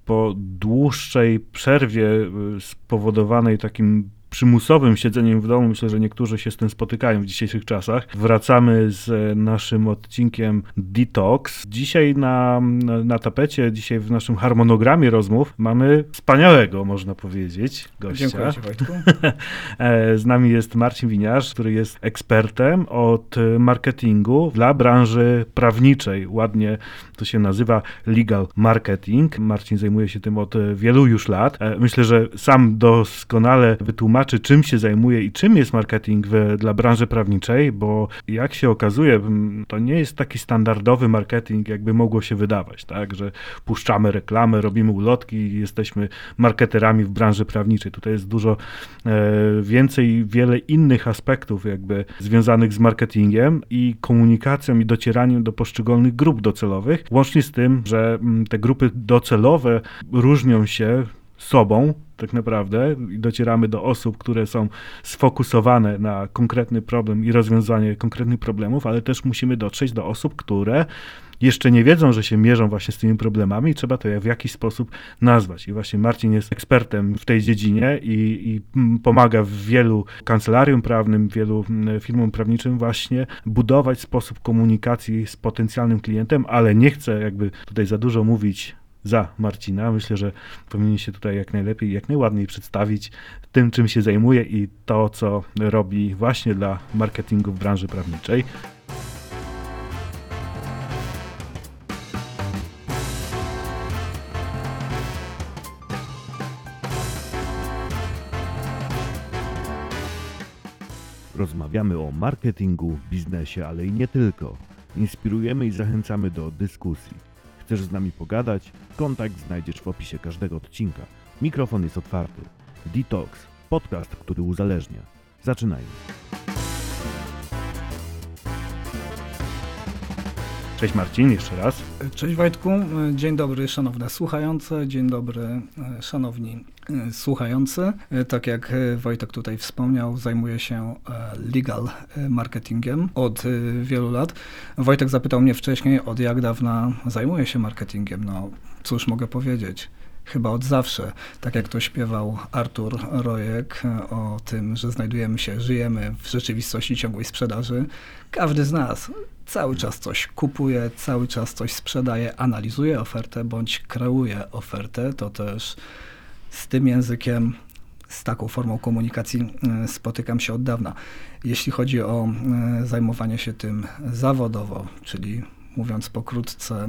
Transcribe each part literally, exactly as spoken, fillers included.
po dłuższej przerwie spowodowanej takim przymusowym siedzeniem w domu, myślę, że niektórzy się z tym spotykają w dzisiejszych czasach. Wracamy z naszym odcinkiem Detox. Dzisiaj na, na tapecie, dzisiaj w naszym harmonogramie rozmów mamy wspaniałego, można powiedzieć, gościa. Dziękuję Ci, Wojtku. Z nami jest Marcin Winiarz, który jest ekspertem od marketingu dla branży prawniczej. Ładnie to się nazywa legal marketing. Marcin zajmuje się tym od wielu już lat. Myślę, że sam doskonale wytłumaczy, czym się zajmuje i czym jest marketing w, dla branży prawniczej, bo jak się okazuje, to nie jest taki standardowy marketing, jakby mogło się wydawać, tak, że puszczamy reklamę, robimy ulotki i jesteśmy marketerami w branży prawniczej. Tutaj jest dużo e, więcej, wiele innych aspektów jakby związanych z marketingiem i komunikacją i docieraniem do poszczególnych grup docelowych, łącznie z tym, że te grupy docelowe różnią się sobą, tak naprawdę, i docieramy do osób, które są sfokusowane na konkretny problem i rozwiązanie konkretnych problemów, ale też musimy dotrzeć do osób, które jeszcze nie wiedzą, że się mierzą właśnie z tymi problemami i trzeba to w jakiś sposób nazwać. I właśnie Marcin jest ekspertem w tej dziedzinie i, i pomaga w wielu kancelariom prawnym, wielu firmom prawniczym właśnie budować sposób komunikacji z potencjalnym klientem, ale nie chcę jakby tutaj za dużo mówić za Marcina. Myślę, że powinien się tutaj jak najlepiej, jak najładniej przedstawić tym, czym się zajmuje i to, co robi właśnie dla marketingu w branży prawniczej. Rozmawiamy o marketingu, biznesie, ale i nie tylko. Inspirujemy i zachęcamy do dyskusji. Chcesz z nami pogadać? Kontakt znajdziesz w opisie każdego odcinka. Mikrofon jest otwarty. Detox, podcast, który uzależnia. Zaczynajmy. Cześć Marcin, jeszcze raz. Cześć Wojtku, dzień dobry szanowne słuchające, dzień dobry szanowni słuchający. Tak jak Wojtek tutaj wspomniał, zajmuję się legal marketingiem od wielu lat. Wojtek zapytał mnie wcześniej, od jak dawna zajmuję się marketingiem. No cóż mogę powiedzieć? Chyba od zawsze. Tak jak to śpiewał Artur Rojek o tym, że znajdujemy się, żyjemy w rzeczywistości ciągłej sprzedaży. Każdy z nas cały czas coś kupuje, cały czas coś sprzedaje, analizuje ofertę bądź kreuje ofertę. To też z tym językiem, z taką formą komunikacji spotykam się od dawna. Jeśli chodzi o zajmowanie się tym zawodowo, czyli mówiąc pokrótce,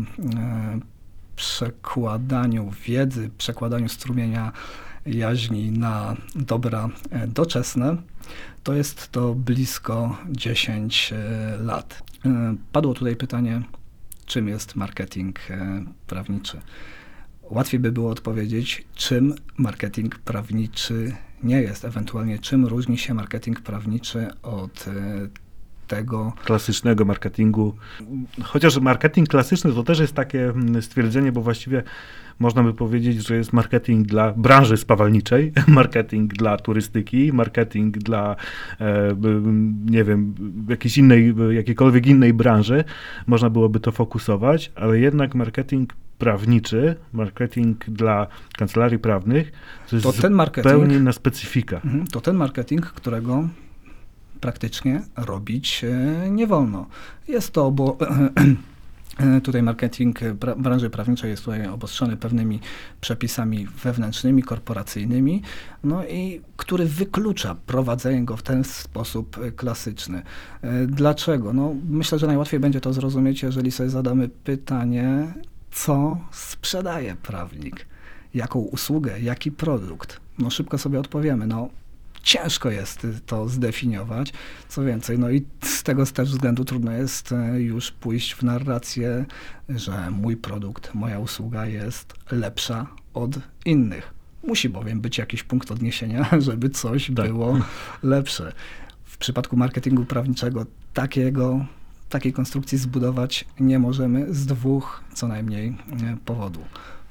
przekładaniu wiedzy, przekładaniu strumienia jaźni na dobra doczesne, to jest to blisko dziesięć lat. Padło tutaj pytanie, czym jest marketing prawniczy. Łatwiej by było odpowiedzieć, czym marketing prawniczy nie jest, ewentualnie czym różni się marketing prawniczy od tego klasycznego marketingu. Chociaż marketing klasyczny to też jest takie stwierdzenie, bo właściwie można by powiedzieć, że jest marketing dla branży spawalniczej, marketing dla turystyki, marketing dla e, nie wiem, jakiejś innej, jakiejkolwiek innej branży. Można byłoby to fokusować, ale jednak marketing prawniczy, marketing dla kancelarii prawnych, to jest to ten marketing, zupełnie inna specyfika. To ten marketing, którego praktycznie robić nie wolno. Jest to, bo tutaj marketing pra- branży prawniczej jest tutaj obostrzony pewnymi przepisami wewnętrznymi, korporacyjnymi, no i który wyklucza prowadzenie go w ten sposób klasyczny. Dlaczego? No, myślę, że najłatwiej będzie to zrozumieć, jeżeli sobie zadamy pytanie, co sprzedaje prawnik, jaką usługę, jaki produkt. No szybko sobie odpowiemy, no ciężko jest to zdefiniować. Co więcej, no i z tego też względu trudno jest już pójść w narrację, że mój produkt, moja usługa jest lepsza od innych. Musi bowiem być jakiś punkt odniesienia, żeby coś tak. było lepsze. W przypadku marketingu prawniczego takiego, takiej konstrukcji zbudować nie możemy z dwóch co najmniej powodów.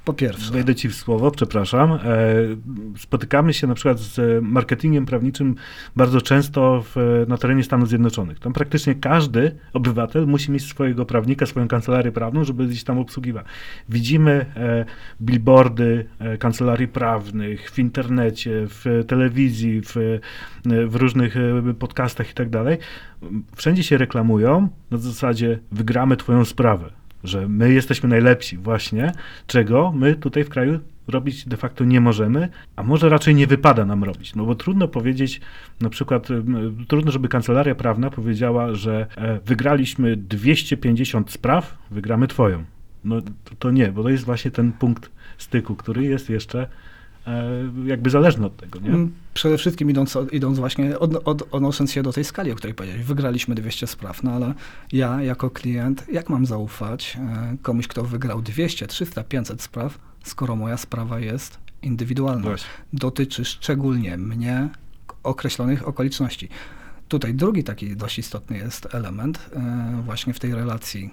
Po pierwsze. Wejdę ci w słowo, przepraszam. E, spotykamy się na przykład z marketingiem prawniczym bardzo często w, na terenie Stanów Zjednoczonych. Tam praktycznie każdy obywatel musi mieć swojego prawnika, swoją kancelarię prawną, żeby gdzieś tam obsługiwać. Widzimy e, billboardy e, kancelarii prawnych w internecie, w telewizji, w, w różnych e, podcastach i tak dalej. Wszędzie się reklamują na zasadzie wygramy twoją sprawę, że my jesteśmy najlepsi właśnie, czego my tutaj w kraju robić de facto nie możemy, a może raczej nie wypada nam robić. No bo trudno powiedzieć, na przykład, trudno, żeby kancelaria prawna powiedziała, że e, wygraliśmy dwieście pięćdziesiąt spraw, wygramy twoją. No to, to nie, bo to jest właśnie ten punkt styku, który jest jeszcze e, jakby zależny od tego, nie? Przede wszystkim idąc, idąc właśnie, od, od, odnosząc się do tej skali, o której powiedziałeś, wygraliśmy dwieście spraw, no ale ja jako klient, jak mam zaufać e, komuś, kto wygrał dwieście, trzysta, pięćset spraw, skoro moja sprawa jest indywidualna. Właśnie. Dotyczy szczególnie mnie, określonych okoliczności. Tutaj drugi taki dość istotny jest element e, właśnie w tej relacji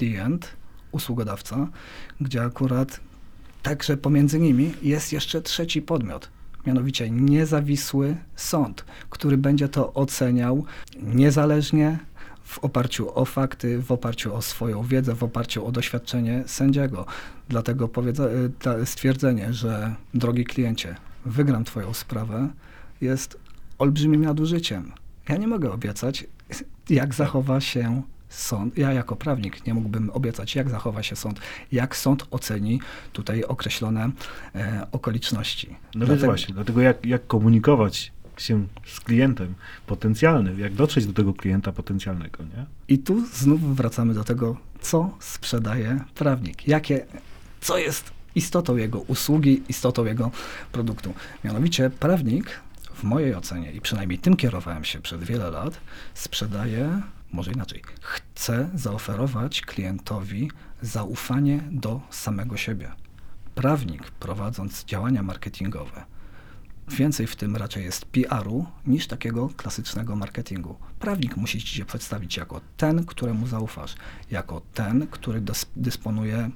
klient-usługodawca, gdzie akurat także pomiędzy nimi jest jeszcze trzeci podmiot, mianowicie niezawisły sąd, który będzie to oceniał niezależnie w oparciu o fakty, w oparciu o swoją wiedzę, w oparciu o doświadczenie sędziego. Dlatego powiedza- stwierdzenie, że drogi kliencie, wygram twoją sprawę, jest olbrzymim nadużyciem. Ja nie mogę obiecać, jak zachowa się sąd. Ja jako prawnik nie mógłbym obiecać, jak zachowa się sąd, jak sąd oceni tutaj określone e, okoliczności. No Dlatego, więc właśnie, dlatego jak, jak komunikować się z klientem potencjalnym, jak dotrzeć do tego klienta potencjalnego, nie? I tu znów wracamy do tego, co sprzedaje prawnik, jakie, co jest istotą jego usługi, istotą jego produktu. Mianowicie prawnik, w mojej ocenie, i przynajmniej tym kierowałem się przez wiele lat, sprzedaje, może inaczej, chce zaoferować klientowi zaufanie do samego siebie. Prawnik, prowadząc działania marketingowe, więcej w tym raczej jest P R-u niż takiego klasycznego marketingu. Prawnik musi ci się przedstawić jako ten, któremu zaufasz, jako ten, który dys- dysponuje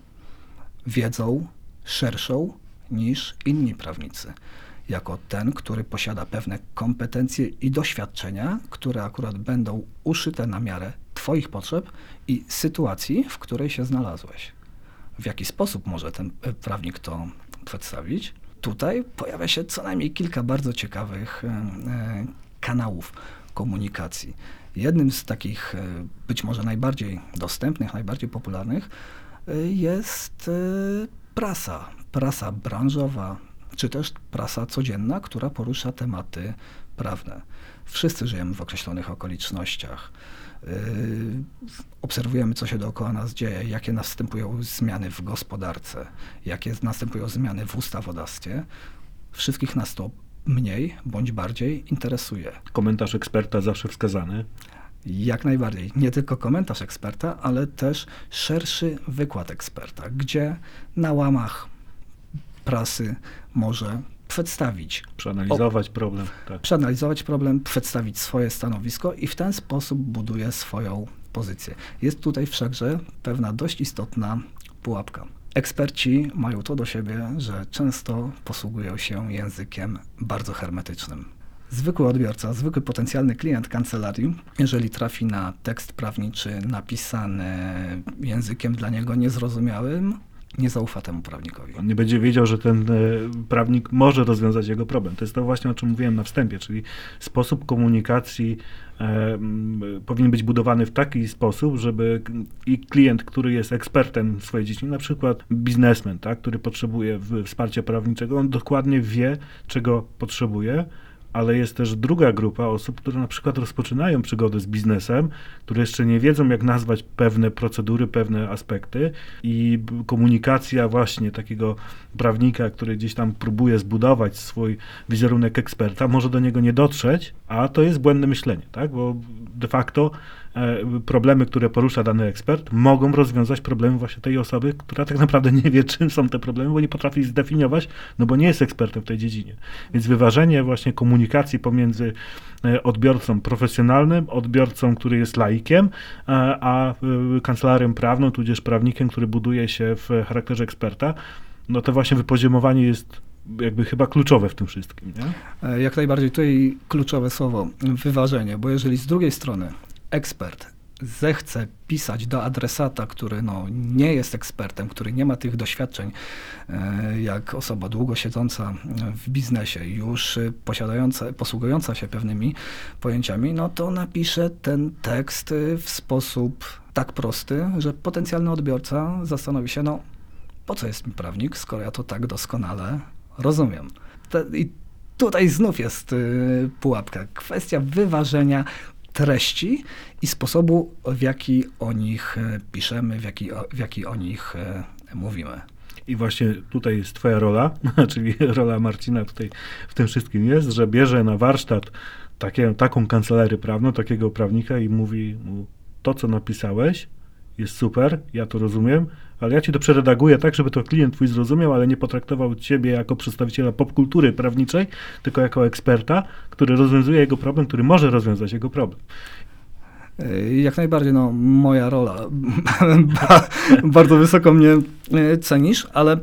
wiedzą szerszą niż inni prawnicy, jako ten, który posiada pewne kompetencje i doświadczenia, które akurat będą uszyte na miarę twoich potrzeb i sytuacji, w której się znalazłeś. W jaki sposób może ten prawnik to przedstawić? Tutaj pojawia się co najmniej kilka bardzo ciekawych e, kanałów komunikacji. Jednym z takich e, być może najbardziej dostępnych, najbardziej popularnych e, jest e, prasa. Prasa branżowa, czy też prasa codzienna, która porusza tematy prawne. Wszyscy żyjemy w określonych okolicznościach. Yy, obserwujemy, co się dookoła nas dzieje, jakie następują zmiany w gospodarce, jakie następują zmiany w ustawodawstwie. Wszystkich nas to mniej bądź bardziej interesuje. Komentarz eksperta zawsze wskazany. Jak najbardziej. Nie tylko komentarz eksperta, ale też szerszy wykład eksperta, gdzie na łamach prasy może przedstawić, Przeanalizować o, problem. Tak. Przeanalizować problem, przedstawić swoje stanowisko i w ten sposób buduje swoją pozycję. Jest tutaj wszakże pewna dość istotna pułapka. Eksperci mają to do siebie, że często posługują się językiem bardzo hermetycznym. Zwykły odbiorca, zwykły potencjalny klient kancelarii, jeżeli trafi na tekst prawniczy napisany językiem dla niego niezrozumiałym, nie zaufa temu prawnikowi. On nie będzie wiedział, że ten e, prawnik może rozwiązać jego problem. To jest to właśnie, o czym mówiłem na wstępie, czyli sposób komunikacji e, m, powinien być budowany w taki sposób, żeby i klient, który jest ekspertem w swojej dziedzinie, na przykład biznesmen, tak, który potrzebuje w, wsparcia prawniczego, on dokładnie wie, czego potrzebuje, ale jest też druga grupa osób, które na przykład rozpoczynają przygodę z biznesem, które jeszcze nie wiedzą, jak nazwać pewne procedury, pewne aspekty i komunikacja właśnie takiego prawnika, który gdzieś tam próbuje zbudować swój wizerunek eksperta, może do niego nie dotrzeć, a to jest błędne myślenie, tak? Bo de facto e, problemy, które porusza dany ekspert, mogą rozwiązać problemy właśnie tej osoby, która tak naprawdę nie wie, czym są te problemy, bo nie potrafi ich zdefiniować, no bo nie jest ekspertem w tej dziedzinie. Więc wyważenie właśnie komunikacji pomiędzy e, odbiorcą profesjonalnym, odbiorcą, który jest laikiem, e, a e, kancelarią prawną, tudzież prawnikiem, który buduje się w charakterze eksperta, no to właśnie wypoziomowanie jest jakby chyba kluczowe w tym wszystkim, nie? Jak najbardziej. Tutaj kluczowe słowo wyważenie, bo jeżeli z drugiej strony ekspert zechce pisać do adresata, który no, nie jest ekspertem, który nie ma tych doświadczeń, jak osoba długo siedząca w biznesie, już posiadająca, posługująca się pewnymi pojęciami, no to napisze ten tekst w sposób tak prosty, że potencjalny odbiorca zastanowi się, no po co jest mi prawnik, skoro ja to tak doskonale rozumiem. Te, I tutaj znów jest y, pułapka. Kwestia wyważenia treści i sposobu, w jaki o nich piszemy, w jaki, w jaki o nich mówimy. I właśnie tutaj jest twoja rola, czyli rola Marcina tutaj w tym wszystkim jest, że bierze na warsztat takie, taką kancelarię prawną, takiego prawnika i mówi mu, to co napisałeś jest super, ja to rozumiem, ale ja ci to przeredaguję tak, żeby to klient twój zrozumiał, ale nie potraktował ciebie jako przedstawiciela popkultury prawniczej, tylko jako eksperta, który rozwiązuje jego problem, który może rozwiązać jego problem. Jak najbardziej, no, moja rola. Bardzo wysoko mnie cenisz, ale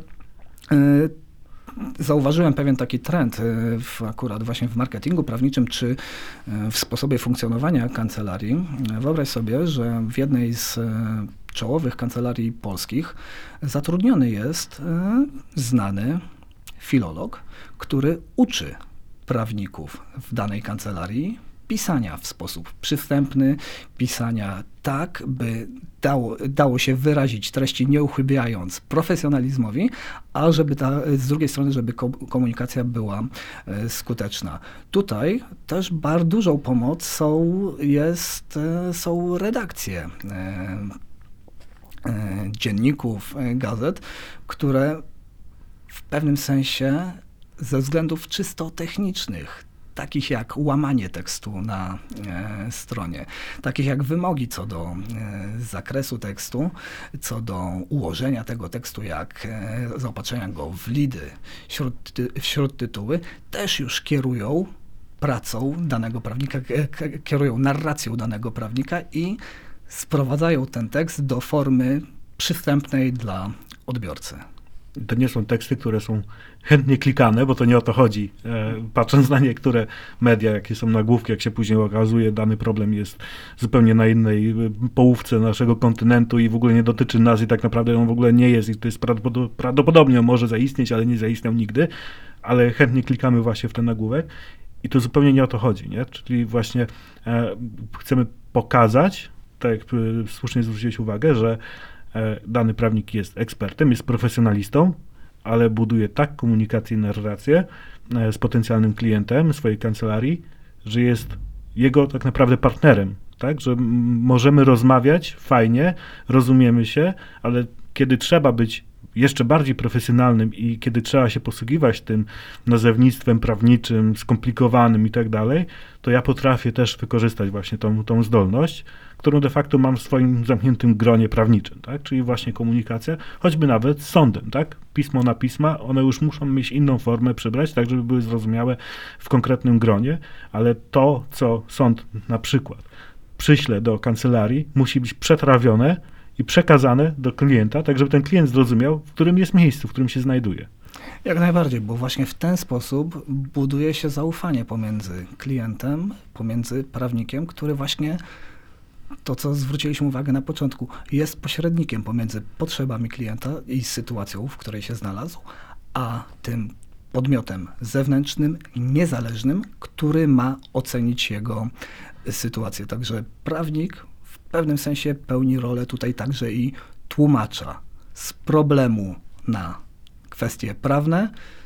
zauważyłem pewien taki trend w, akurat właśnie w marketingu prawniczym, czy w sposobie funkcjonowania kancelarii. Wyobraź sobie, że w jednej z czołowych kancelarii polskich zatrudniony jest znany filolog, który uczy prawników w danej kancelarii pisania w sposób przystępny, pisania tak, by dało, dało się wyrazić treści, nie uchybiając profesjonalizmowi, a żeby ta, z drugiej strony, żeby komunikacja była e, skuteczna. Tutaj też bardzo dużą pomocą jest, e, są redakcje e, e, dzienników, e, gazet, które w pewnym sensie ze względów czysto technicznych, takich jak łamanie tekstu na e, stronie, takich jak wymogi co do e, zakresu tekstu, co do ułożenia tego tekstu, jak e, zaopatrzenia go w lidy, śród, wśród tytuły, też już kierują pracą danego prawnika, k- kierują narracją danego prawnika i sprowadzają ten tekst do formy przystępnej dla odbiorcy. To nie są teksty, które są chętnie klikane, bo to nie o to chodzi. E, patrząc na niektóre media, jakie są nagłówki, jak się później okazuje, dany problem jest zupełnie na innej połówce naszego kontynentu i w ogóle nie dotyczy nas i tak naprawdę on w ogóle nie jest i to jest prawdopodobnie może zaistnieć, ale nie zaistniał nigdy, ale chętnie klikamy właśnie w ten nagłówek i to zupełnie nie o to chodzi, nie? Czyli właśnie e, chcemy pokazać, tak jak słusznie zwróciłeś uwagę, że dany prawnik jest ekspertem, jest profesjonalistą, ale buduje tak komunikację i narrację z potencjalnym klientem swojej kancelarii, że jest jego tak naprawdę partnerem, tak? Że możemy rozmawiać fajnie, rozumiemy się, ale kiedy trzeba być jeszcze bardziej profesjonalnym i kiedy trzeba się posługiwać tym nazewnictwem prawniczym, skomplikowanym i tak dalej, to ja potrafię też wykorzystać właśnie tą, tą zdolność, którą de facto mam w swoim zamkniętym gronie prawniczym, tak? Czyli właśnie komunikacja, choćby nawet z sądem, tak? Pismo na pisma, one już muszą mieć inną formę przybrać, tak żeby były zrozumiałe w konkretnym gronie, ale to, co sąd na przykład przyśle do kancelarii, musi być przetrawione i przekazane do klienta, tak żeby ten klient zrozumiał, w którym jest miejscu, w którym się znajduje. Jak najbardziej, bo właśnie w ten sposób buduje się zaufanie pomiędzy klientem, pomiędzy prawnikiem, który właśnie to, co zwróciliśmy uwagę na początku, jest pośrednikiem pomiędzy potrzebami klienta i sytuacją, w której się znalazł, a tym podmiotem zewnętrznym, niezależnym, który ma ocenić jego sytuację. Także prawnik w pewnym sensie pełni rolę tutaj także i tłumacza z problemu na kwestie prawne,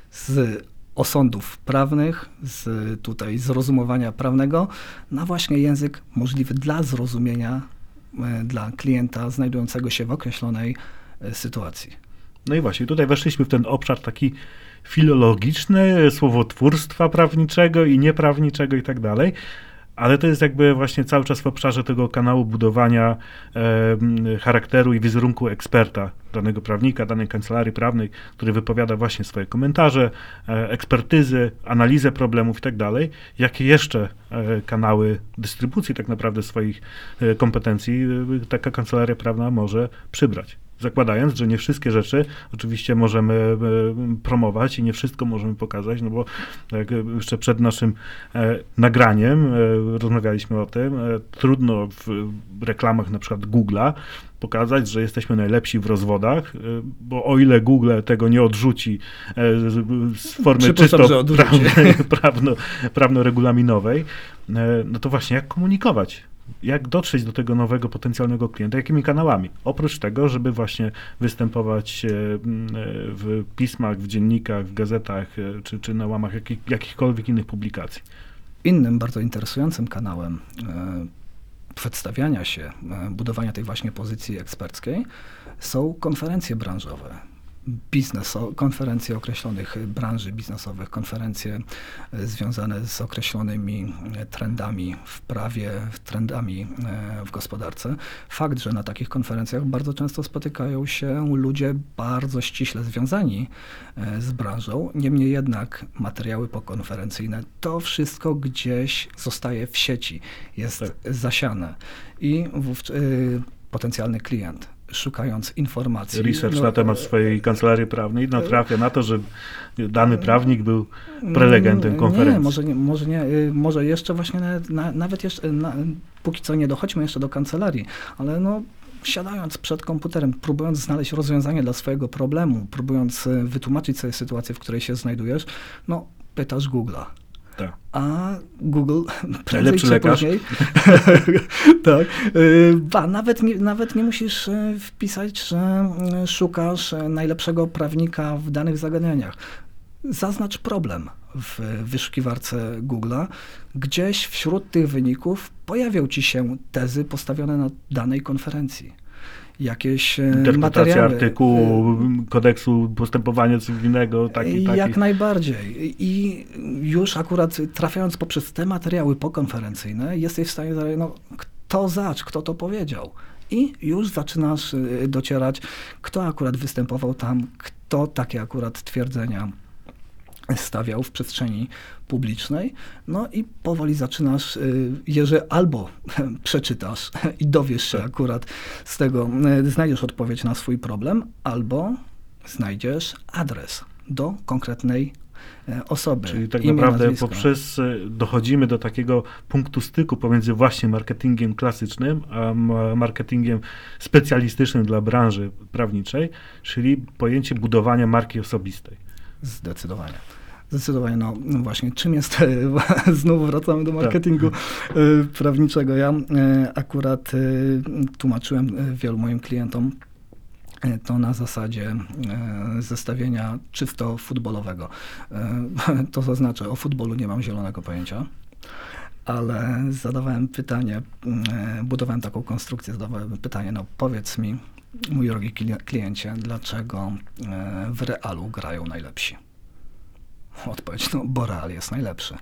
z osądów prawnych, z tutaj zrozumowania prawnego, na właśnie język możliwy dla zrozumienia dla klienta znajdującego się w określonej sytuacji. No i właśnie, tutaj weszliśmy w ten obszar taki filologiczny, słowotwórstwa prawniczego i nieprawniczego i tak dalej, ale to jest jakby właśnie cały czas w obszarze tego kanału budowania e, charakteru i wizerunku eksperta, danego prawnika, danej kancelarii prawnej, który wypowiada właśnie swoje komentarze, e, ekspertyzy, analizę problemów i tak dalej. Jakie jeszcze e, kanały dystrybucji tak naprawdę swoich e, kompetencji e, taka kancelaria prawna może przybrać? Zakładając, że nie wszystkie rzeczy oczywiście możemy e, promować i nie wszystko możemy pokazać, no bo jak jeszcze przed naszym e, nagraniem e, rozmawialiśmy o tym, e, trudno w reklamach na przykład Google'a pokazać, że jesteśmy najlepsi w rozwodach, e, bo o ile Google tego nie odrzuci e, z, z formy czysto prawnej, prawno, prawno-regulaminowej, e, no to właśnie jak komunikować? Jak dotrzeć do tego nowego potencjalnego klienta, jakimi kanałami? Oprócz tego, żeby właśnie występować w pismach, w dziennikach, w gazetach, czy, czy na łamach jakich, jakichkolwiek innych publikacji. Innym bardzo interesującym kanałem e, przedstawiania się, e, budowania tej właśnie pozycji eksperckiej są konferencje branżowe. Biznes, konferencje określonych branży biznesowych, konferencje związane z określonymi trendami w prawie, trendami w gospodarce. Fakt, że na takich konferencjach bardzo często spotykają się ludzie bardzo ściśle związani z branżą, niemniej jednak materiały pokonferencyjne, to wszystko gdzieś zostaje w sieci, jest tak zasiane i wówczas y, potencjalny klient, szukając informacji. Research no, na temat swojej kancelarii prawnej natrafia na to, że dany prawnik był prelegentem konferencji. Nie, może nie, może, nie, może jeszcze właśnie nawet, na, nawet jeszcze, na, póki co nie dochodźmy jeszcze do kancelarii, ale no siadając przed komputerem, próbując znaleźć rozwiązanie dla swojego problemu, próbując wytłumaczyć sobie sytuację, w której się znajdujesz, no pytasz Google'a. Tak. A Google prędzej Najlepszy czy lekarz. później tak, ba, nawet, nie, nawet nie musisz wpisać, że szukasz najlepszego prawnika w danych zagadnieniach. Zaznacz problem w wyszukiwarce Google'a. Gdzieś wśród tych wyników pojawią ci się tezy postawione na danej konferencji. Jakieś interpretacja materiały. artykułu kodeksu postępowania cywilnego. Taki, taki. Jak najbardziej. I już akurat trafiając poprzez te materiały pokonferencyjne, jesteś w stanie, no, kto zacz, kto to powiedział. I już zaczynasz docierać, kto akurat występował tam, kto takie akurat twierdzenia stawiał w przestrzeni publicznej, no i powoli zaczynasz, jeżeli albo przeczytasz i dowiesz się tak. akurat z tego, znajdziesz odpowiedź na swój problem, albo znajdziesz adres do konkretnej osoby. Czyli tak imię, naprawdę nazwisko. poprzez dochodzimy do takiego punktu styku pomiędzy właśnie marketingiem klasycznym, a marketingiem specjalistycznym dla branży prawniczej, czyli pojęcie budowania marki osobistej. Zdecydowanie. Zdecydowanie, no właśnie, czym jest, znowu wracamy do marketingu tak. prawniczego. Ja akurat tłumaczyłem wielu moim klientom to na zasadzie zestawienia czysto futbolowego. To zaznaczę, o futbolu nie mam zielonego pojęcia, ale zadawałem pytanie, budowałem taką konstrukcję, zadawałem pytanie, no powiedz mi, mój drogi kliencie, dlaczego w Realu grają najlepsi? Odpowiedź, no bo Real jest najlepszy.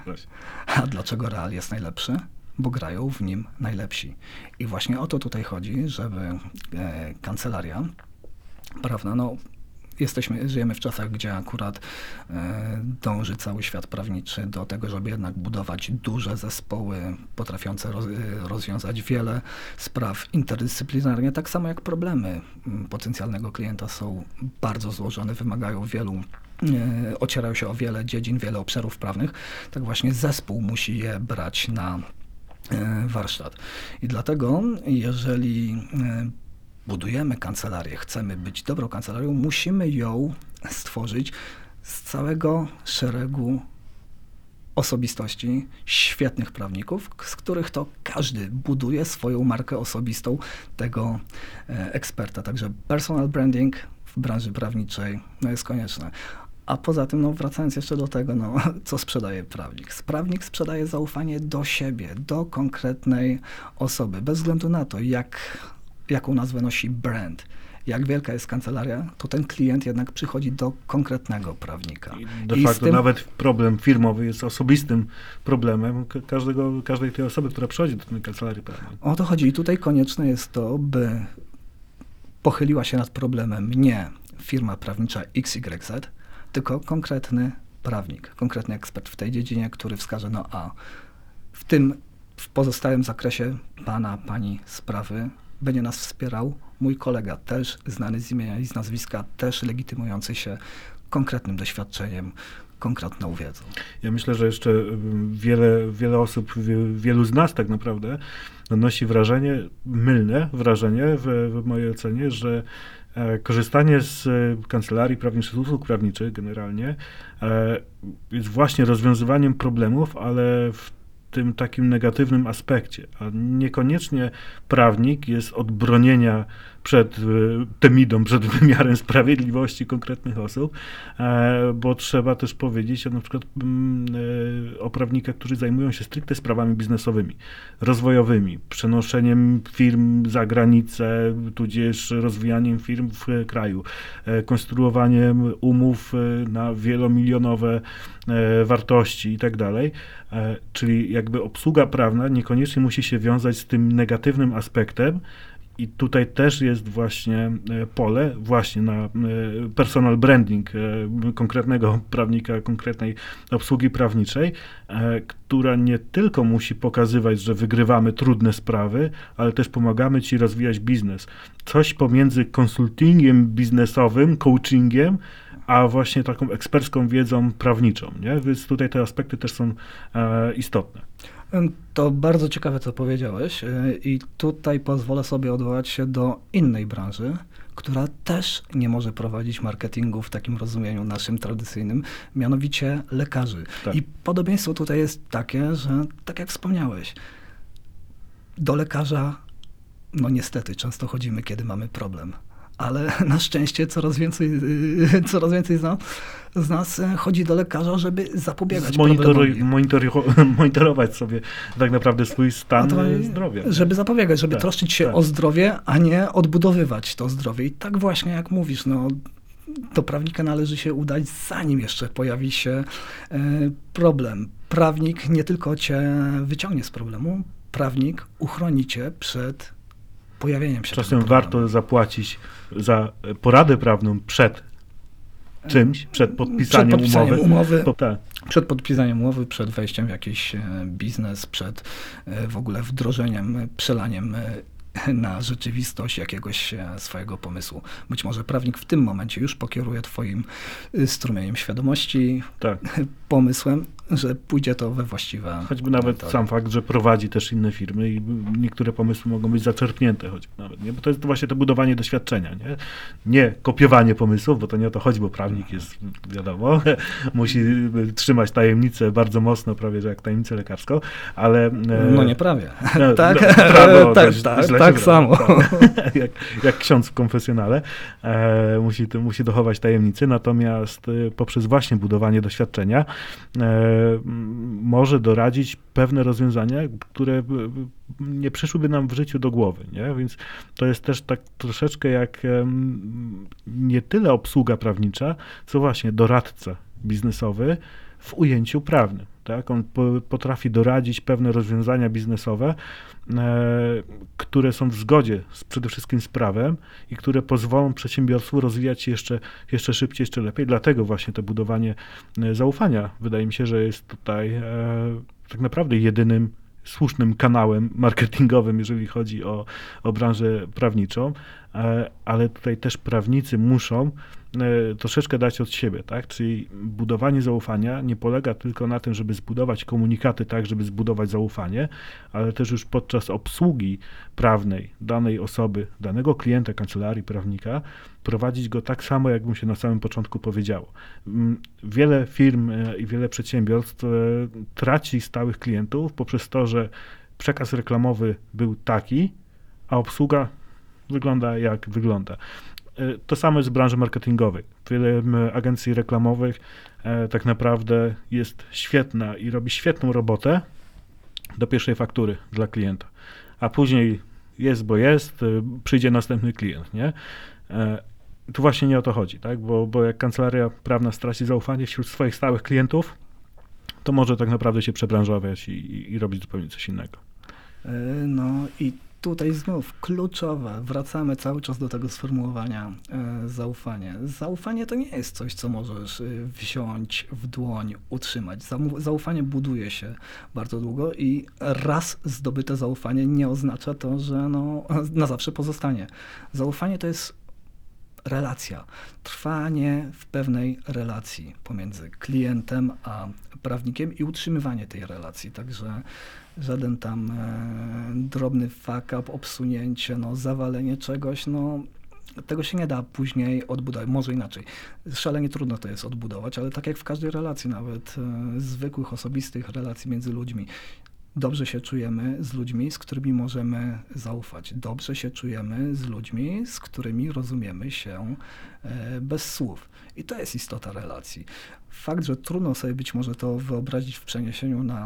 A dlaczego Real jest najlepszy? Bo grają w nim najlepsi. I właśnie o to tutaj chodzi, żeby e, kancelaria prawna, no jesteśmy, żyjemy w czasach, gdzie akurat e, dąży cały świat prawniczy do tego, żeby jednak budować duże zespoły potrafiące roz, rozwiązać wiele spraw interdyscyplinarnie, tak samo jak problemy potencjalnego klienta są bardzo złożone, wymagają wielu e, ocierają się o wiele dziedzin, wiele obszarów prawnych, tak właśnie zespół musi je brać na e, warsztat. I dlatego, jeżeli e, budujemy kancelarię, chcemy być dobrą kancelarią, musimy ją stworzyć z całego szeregu osobistości, świetnych prawników, z których to każdy buduje swoją markę osobistą tego e, eksperta. Także personal branding w branży prawniczej no, jest konieczne. A poza tym, no, wracając jeszcze do tego, no, co sprzedaje prawnik. Prawnik sprzedaje zaufanie do siebie, do konkretnej osoby, bez względu na to, jak jaką nazwę nosi brand, jak wielka jest kancelaria, to ten klient jednak przychodzi do konkretnego prawnika. I de facto tym... nawet problem firmowy jest osobistym problemem każdego, każdej tej osoby, która przychodzi do tej kancelarii prawnej. O to chodzi. I tutaj konieczne jest to, by pochyliła się nad problemem nie firma prawnicza X Y Z, tylko konkretny prawnik, konkretny ekspert w tej dziedzinie, który wskaże, no a w tym, w pozostałym zakresie pana, pani sprawy będzie nas wspierał, mój kolega też znany z imienia i z nazwiska, też legitymujący się konkretnym doświadczeniem, konkretną wiedzą. Ja myślę, że jeszcze wiele, wiele osób, wielu z nas tak naprawdę odnosi wrażenie, mylne wrażenie w, w mojej ocenie, że korzystanie z kancelarii prawniczych, usług prawniczych generalnie jest właśnie rozwiązywaniem problemów, ale w tym takim negatywnym aspekcie, a niekoniecznie prawnik jest od bronienia przed temidą, przed wymiarem sprawiedliwości konkretnych osób, bo trzeba też powiedzieć na przykład o prawnikach, którzy zajmują się stricte sprawami biznesowymi, rozwojowymi, przenoszeniem firm za granicę, tudzież rozwijaniem firm w kraju, konstruowaniem umów na wielomilionowe wartości i tak dalej. Czyli jakby obsługa prawna niekoniecznie musi się wiązać z tym negatywnym aspektem. I tutaj też jest właśnie pole właśnie na personal branding konkretnego prawnika, konkretnej obsługi prawniczej, która nie tylko musi pokazywać, że wygrywamy trudne sprawy, ale też pomagamy ci rozwijać biznes. Coś pomiędzy konsultingiem biznesowym, coachingiem, a właśnie taką ekspercką wiedzą prawniczą, nie? Więc tutaj te aspekty też są e, istotne. To bardzo ciekawe, co powiedziałeś i tutaj pozwolę sobie odwołać się do innej branży, która też nie może prowadzić marketingu w takim rozumieniu naszym tradycyjnym, mianowicie lekarzy. Tak. I podobieństwo tutaj jest takie, że tak jak wspomniałeś, do lekarza, no niestety, często chodzimy, kiedy mamy problem. Ale na szczęście coraz więcej, coraz więcej z nas, z nas chodzi do lekarza, żeby zapobiegać problemowi. Monitorować sobie tak naprawdę swój stan no zdrowia. Żeby zapobiegać, żeby tak, troszczyć się tak. o zdrowie, a nie odbudowywać to zdrowie. I tak właśnie jak mówisz, no, do prawnika należy się udać, zanim jeszcze pojawi się e, problem. Prawnik nie tylko cię wyciągnie z problemu, prawnik uchroni cię przed pojawieniem się. Czasem warto zapłacić za poradę prawną przed czymś, przed podpisaniem, przed podpisaniem umowy. umowy Po, tak. Przed podpisaniem umowy, przed wejściem w jakiś biznes, przed w ogóle wdrożeniem, przelaniem na rzeczywistość jakiegoś swojego pomysłu. Być może prawnik w tym momencie już pokieruje twoim strumieniem świadomości, tak. pomysłem, że pójdzie to we właściwe... Choćby nawet tory. Sam fakt, że prowadzi też inne firmy i niektóre pomysły mogą być zaczerpnięte, choćby nawet, nie? Bo to jest właśnie to budowanie doświadczenia, nie? Nie kopiowanie pomysłów, bo to nie o to chodzi, bo prawnik jest, wiadomo, musi trzymać tajemnicę bardzo mocno, prawie że jak tajemnicę lekarską, ale... No nie prawie. No, tak, no, prawo, tak, tak, tak samo. Tak. jak, jak ksiądz w konfesjonale e, musi, to, musi dochować tajemnicy, natomiast e, poprzez właśnie budowanie doświadczenia e, może doradzić pewne rozwiązania, które nie przyszłyby nam w życiu do głowy, nie? Więc to jest też tak troszeczkę jak um, nie tyle obsługa prawnicza, co właśnie doradca biznesowy w ujęciu prawnym. Tak? On po, potrafi doradzić pewne rozwiązania biznesowe, e, które są w zgodzie z, przede wszystkim z prawem i które pozwolą przedsiębiorstwu rozwijać się jeszcze, jeszcze szybciej, jeszcze lepiej. Dlatego właśnie to budowanie e, zaufania, wydaje mi się, że jest tutaj e, tak naprawdę jedynym słusznym kanałem marketingowym, jeżeli chodzi o, o branżę prawniczą, e, ale tutaj też prawnicy muszą e, troszeczkę dać od siebie, tak? Czyli budowanie zaufania nie polega tylko na tym, żeby zbudować komunikaty tak, żeby zbudować zaufanie, ale też już podczas obsługi prawnej danej osoby, danego klienta, kancelarii prawnika, prowadzić go tak samo, jak mu się na samym początku powiedziało. Wiele firm i wiele przedsiębiorstw traci stałych klientów poprzez to, że przekaz reklamowy był taki, a obsługa wygląda jak wygląda. To samo jest w branży marketingowej. Wiele agencji reklamowych tak naprawdę jest świetna i robi świetną robotę do pierwszej faktury dla klienta, a później jest, bo jest, przyjdzie następny klient, nie? Tu właśnie nie o to chodzi, tak? Bo, bo jak kancelaria prawna straci zaufanie wśród swoich stałych klientów, to może tak naprawdę się przebranżowiać i, i robić zupełnie coś innego. No i tutaj znów kluczowe, wracamy cały czas do tego sformułowania e, zaufanie. Zaufanie to nie jest coś, co możesz e, wziąć w dłoń, utrzymać. Zau- zaufanie buduje się bardzo długo i raz zdobyte zaufanie nie oznacza to, że no, na zawsze pozostanie. Zaufanie to jest relacja, trwanie w pewnej relacji pomiędzy klientem a prawnikiem i utrzymywanie tej relacji. Także żaden tam e, drobny fuck up, obsunięcie, no, zawalenie czegoś, no tego się nie da później odbudować. Może inaczej. Szalenie trudno to jest odbudować, ale tak jak w każdej relacji, nawet e, zwykłych, osobistych relacji między ludźmi. Dobrze się czujemy z ludźmi, z którymi możemy zaufać. Dobrze się czujemy z ludźmi, z którymi rozumiemy się e, bez słów. I to jest istota relacji. Fakt, że trudno sobie być może to wyobrazić w przeniesieniu na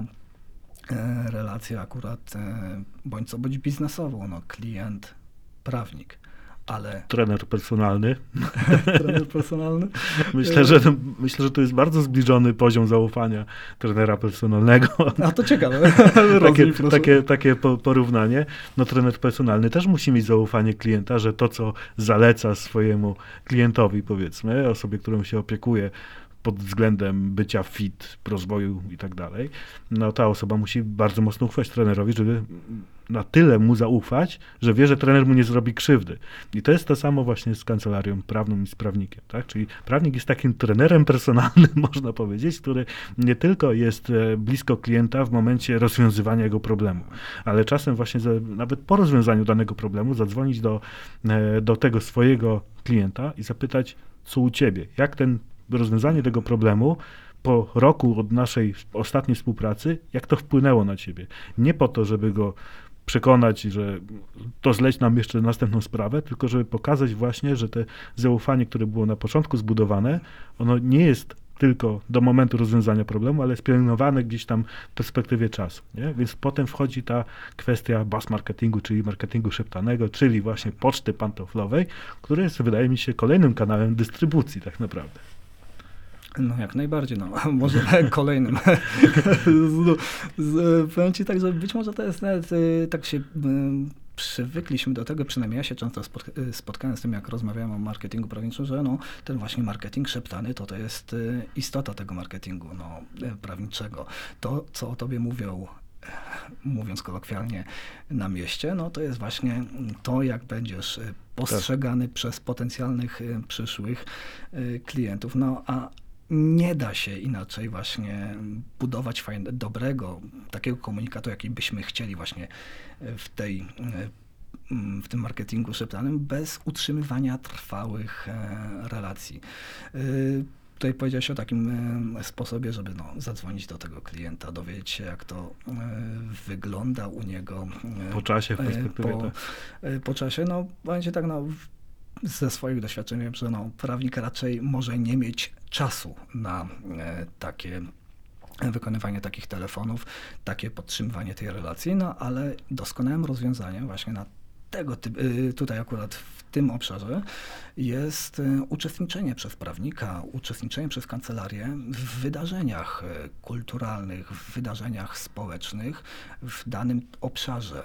e, relację akurat e, bądź co bądź biznesową, no klient, prawnik. Ale trener personalny. trener personalny. Myślę, że, myślę, że to jest bardzo zbliżony poziom zaufania trenera personalnego. A to ciekawe. takie, takie, takie porównanie. No trener personalny też musi mieć zaufanie klienta, że to, co zaleca swojemu klientowi, powiedzmy, osobie, którą się opiekuje, pod względem bycia fit, rozwoju i tak dalej, no ta osoba musi bardzo mocno ufać trenerowi, żeby na tyle mu zaufać, że wie, że trener mu nie zrobi krzywdy. I to jest to samo właśnie z kancelarią prawną i z prawnikiem, tak? Czyli prawnik jest takim trenerem personalnym, można powiedzieć, który nie tylko jest blisko klienta w momencie rozwiązywania jego problemu, ale czasem właśnie za, nawet po rozwiązaniu danego problemu zadzwonić do, do tego swojego klienta i zapytać, co u ciebie, jak ten rozwiązanie tego problemu po roku od naszej ostatniej współpracy, jak to wpłynęło na ciebie. Nie po to, żeby go przekonać, że to zleć nam jeszcze następną sprawę, tylko żeby pokazać właśnie, że te zaufanie, które było na początku zbudowane, ono nie jest tylko do momentu rozwiązania problemu, ale jest pielęgnowane gdzieś tam w perspektywie czasu. Nie? Więc potem wchodzi ta kwestia buzz marketingu, czyli marketingu szeptanego, czyli właśnie poczty pantoflowej, która jest, wydaje mi się, kolejnym kanałem dystrybucji tak naprawdę. No jak najbardziej, no może kolejnym. Powiem ci tak, że być może to jest nawet, tak się przywykliśmy do tego, przynajmniej ja się często spotkałem z tym, jak rozmawiałem o marketingu prawniczym, że no, ten właśnie marketing szeptany to to jest istota tego marketingu no, prawniczego. To, co o tobie mówią, mówiąc kolokwialnie, na mieście, no to jest właśnie to, jak będziesz postrzegany tak. przez potencjalnych przyszłych klientów. No a nie da się inaczej właśnie budować fajne, dobrego, takiego komunikatu, jaki byśmy chcieli właśnie w tej, w tym marketingu szeptanym, bez utrzymywania trwałych relacji. Tutaj powiedziałeś o takim sposobie, żeby no, zadzwonić do tego klienta, dowiedzieć się, jak to wygląda u niego. Po czasie, w perspektywie. Po, po czasie, no będzie tak, no ze swoich doświadczeń wiem, że no, prawnik raczej może nie mieć czasu na e, takie wykonywanie takich telefonów, takie podtrzymywanie tej relacji, no ale doskonałym rozwiązaniem właśnie na tego typu, tutaj akurat w tym obszarze jest uczestniczenie przez prawnika, uczestniczenie przez kancelarię w wydarzeniach kulturalnych, w wydarzeniach społecznych w danym obszarze,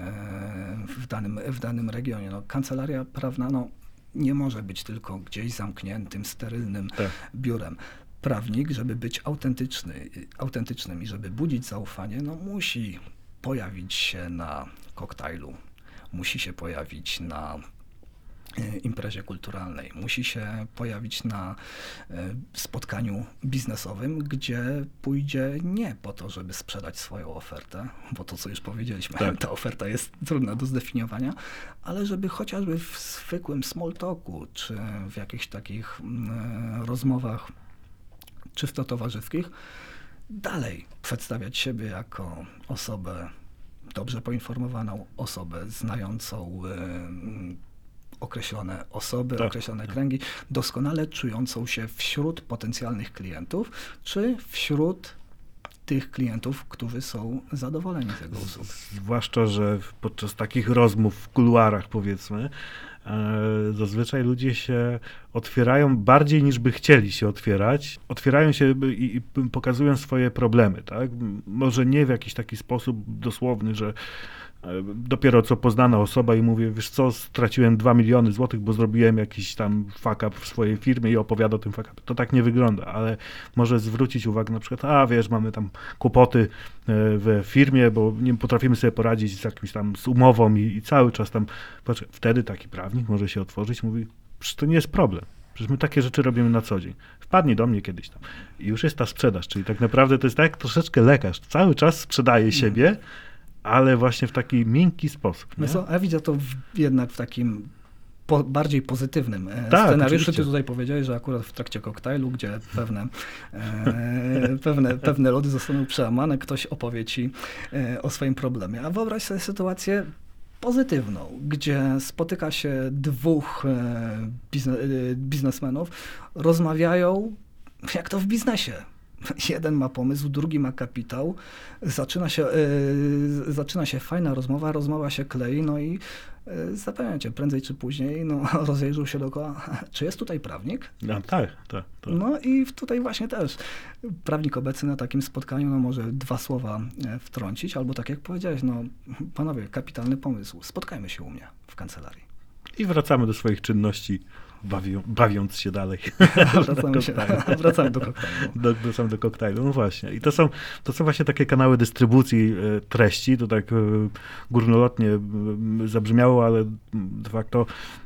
w danym, w danym regionie. No, kancelaria prawna no, nie może być tylko gdzieś zamkniętym, sterylnym tak. biurem. Prawnik, żeby być autentyczny, autentycznym i żeby budzić zaufanie, no musi pojawić się na koktajlu, musi się pojawić na imprezie kulturalnej, musi się pojawić na spotkaniu biznesowym, gdzie pójdzie nie po to, żeby sprzedać swoją ofertę, bo to, co już powiedzieliśmy, tak. ta oferta jest trudna do zdefiniowania, ale żeby chociażby w zwykłym small talku, czy w jakichś takich rozmowach czysto towarzyskich, dalej przedstawiać siebie jako osobę dobrze poinformowaną, osobę znającą y, określone osoby, tak, określone tak. kręgi, doskonale czującą się wśród potencjalnych klientów, czy wśród tych klientów, którzy są zadowoleni z jego usług. Zwłaszcza, że podczas takich rozmów w kuluarach, powiedzmy, zazwyczaj ludzie się otwierają bardziej niż by chcieli się otwierać. Otwierają się i, i pokazują swoje problemy, tak? Może nie w jakiś taki sposób dosłowny, że dopiero co poznana osoba i mówię, wiesz co, straciłem dwa miliony złotych, bo zrobiłem jakiś tam fuck up w swojej firmie i opowiada o tym fuck up. To tak nie wygląda, ale może zwrócić uwagę na przykład, a wiesz, mamy tam kłopoty w firmie, bo nie potrafimy sobie poradzić z jakimś tam z umową i, i cały czas tam, patrz, wtedy taki prawnik może się otworzyć i mówi, przecież to nie jest problem. Przecież my takie rzeczy robimy na co dzień. Wpadnij do mnie kiedyś tam. I już jest ta sprzedaż, czyli tak naprawdę to jest tak jak troszeczkę lekarz. Cały czas sprzedaje siebie, ale właśnie w taki miękki sposób. No co, ja widzę to w, jednak w takim po, bardziej pozytywnym e, tak, scenariuszu. oczywiście. Ty tutaj powiedziałeś, że akurat w trakcie koktajlu, gdzie pewne, e, pewne, pewne lody zostaną przełamane, ktoś opowie ci e, o swoim problemie. A wyobraź sobie sytuację pozytywną, gdzie spotyka się dwóch e, biznes, e, biznesmenów, rozmawiają jak to w biznesie. Jeden ma pomysł, drugi ma kapitał, zaczyna się, yy, zaczyna się fajna rozmowa, rozmowa się klei, no i yy, zapewniam cię, prędzej czy później no, rozejrzą się dookoła, czy jest tutaj prawnik? No, tak, tak, tak. No i tutaj właśnie też prawnik obecny na takim spotkaniu no, może dwa słowa wtrącić, albo tak jak powiedziałeś, no panowie, kapitalny pomysł, spotkajmy się u mnie w kancelarii. I wracamy do swoich czynności, bawią, bawiąc się dalej. Wracamy, się, wracamy do koktajlu. Do, wracamy do koktajlu, no właśnie. I to są, to są właśnie takie kanały dystrybucji e, treści, to tak e, górnolotnie e, zabrzmiało, ale de facto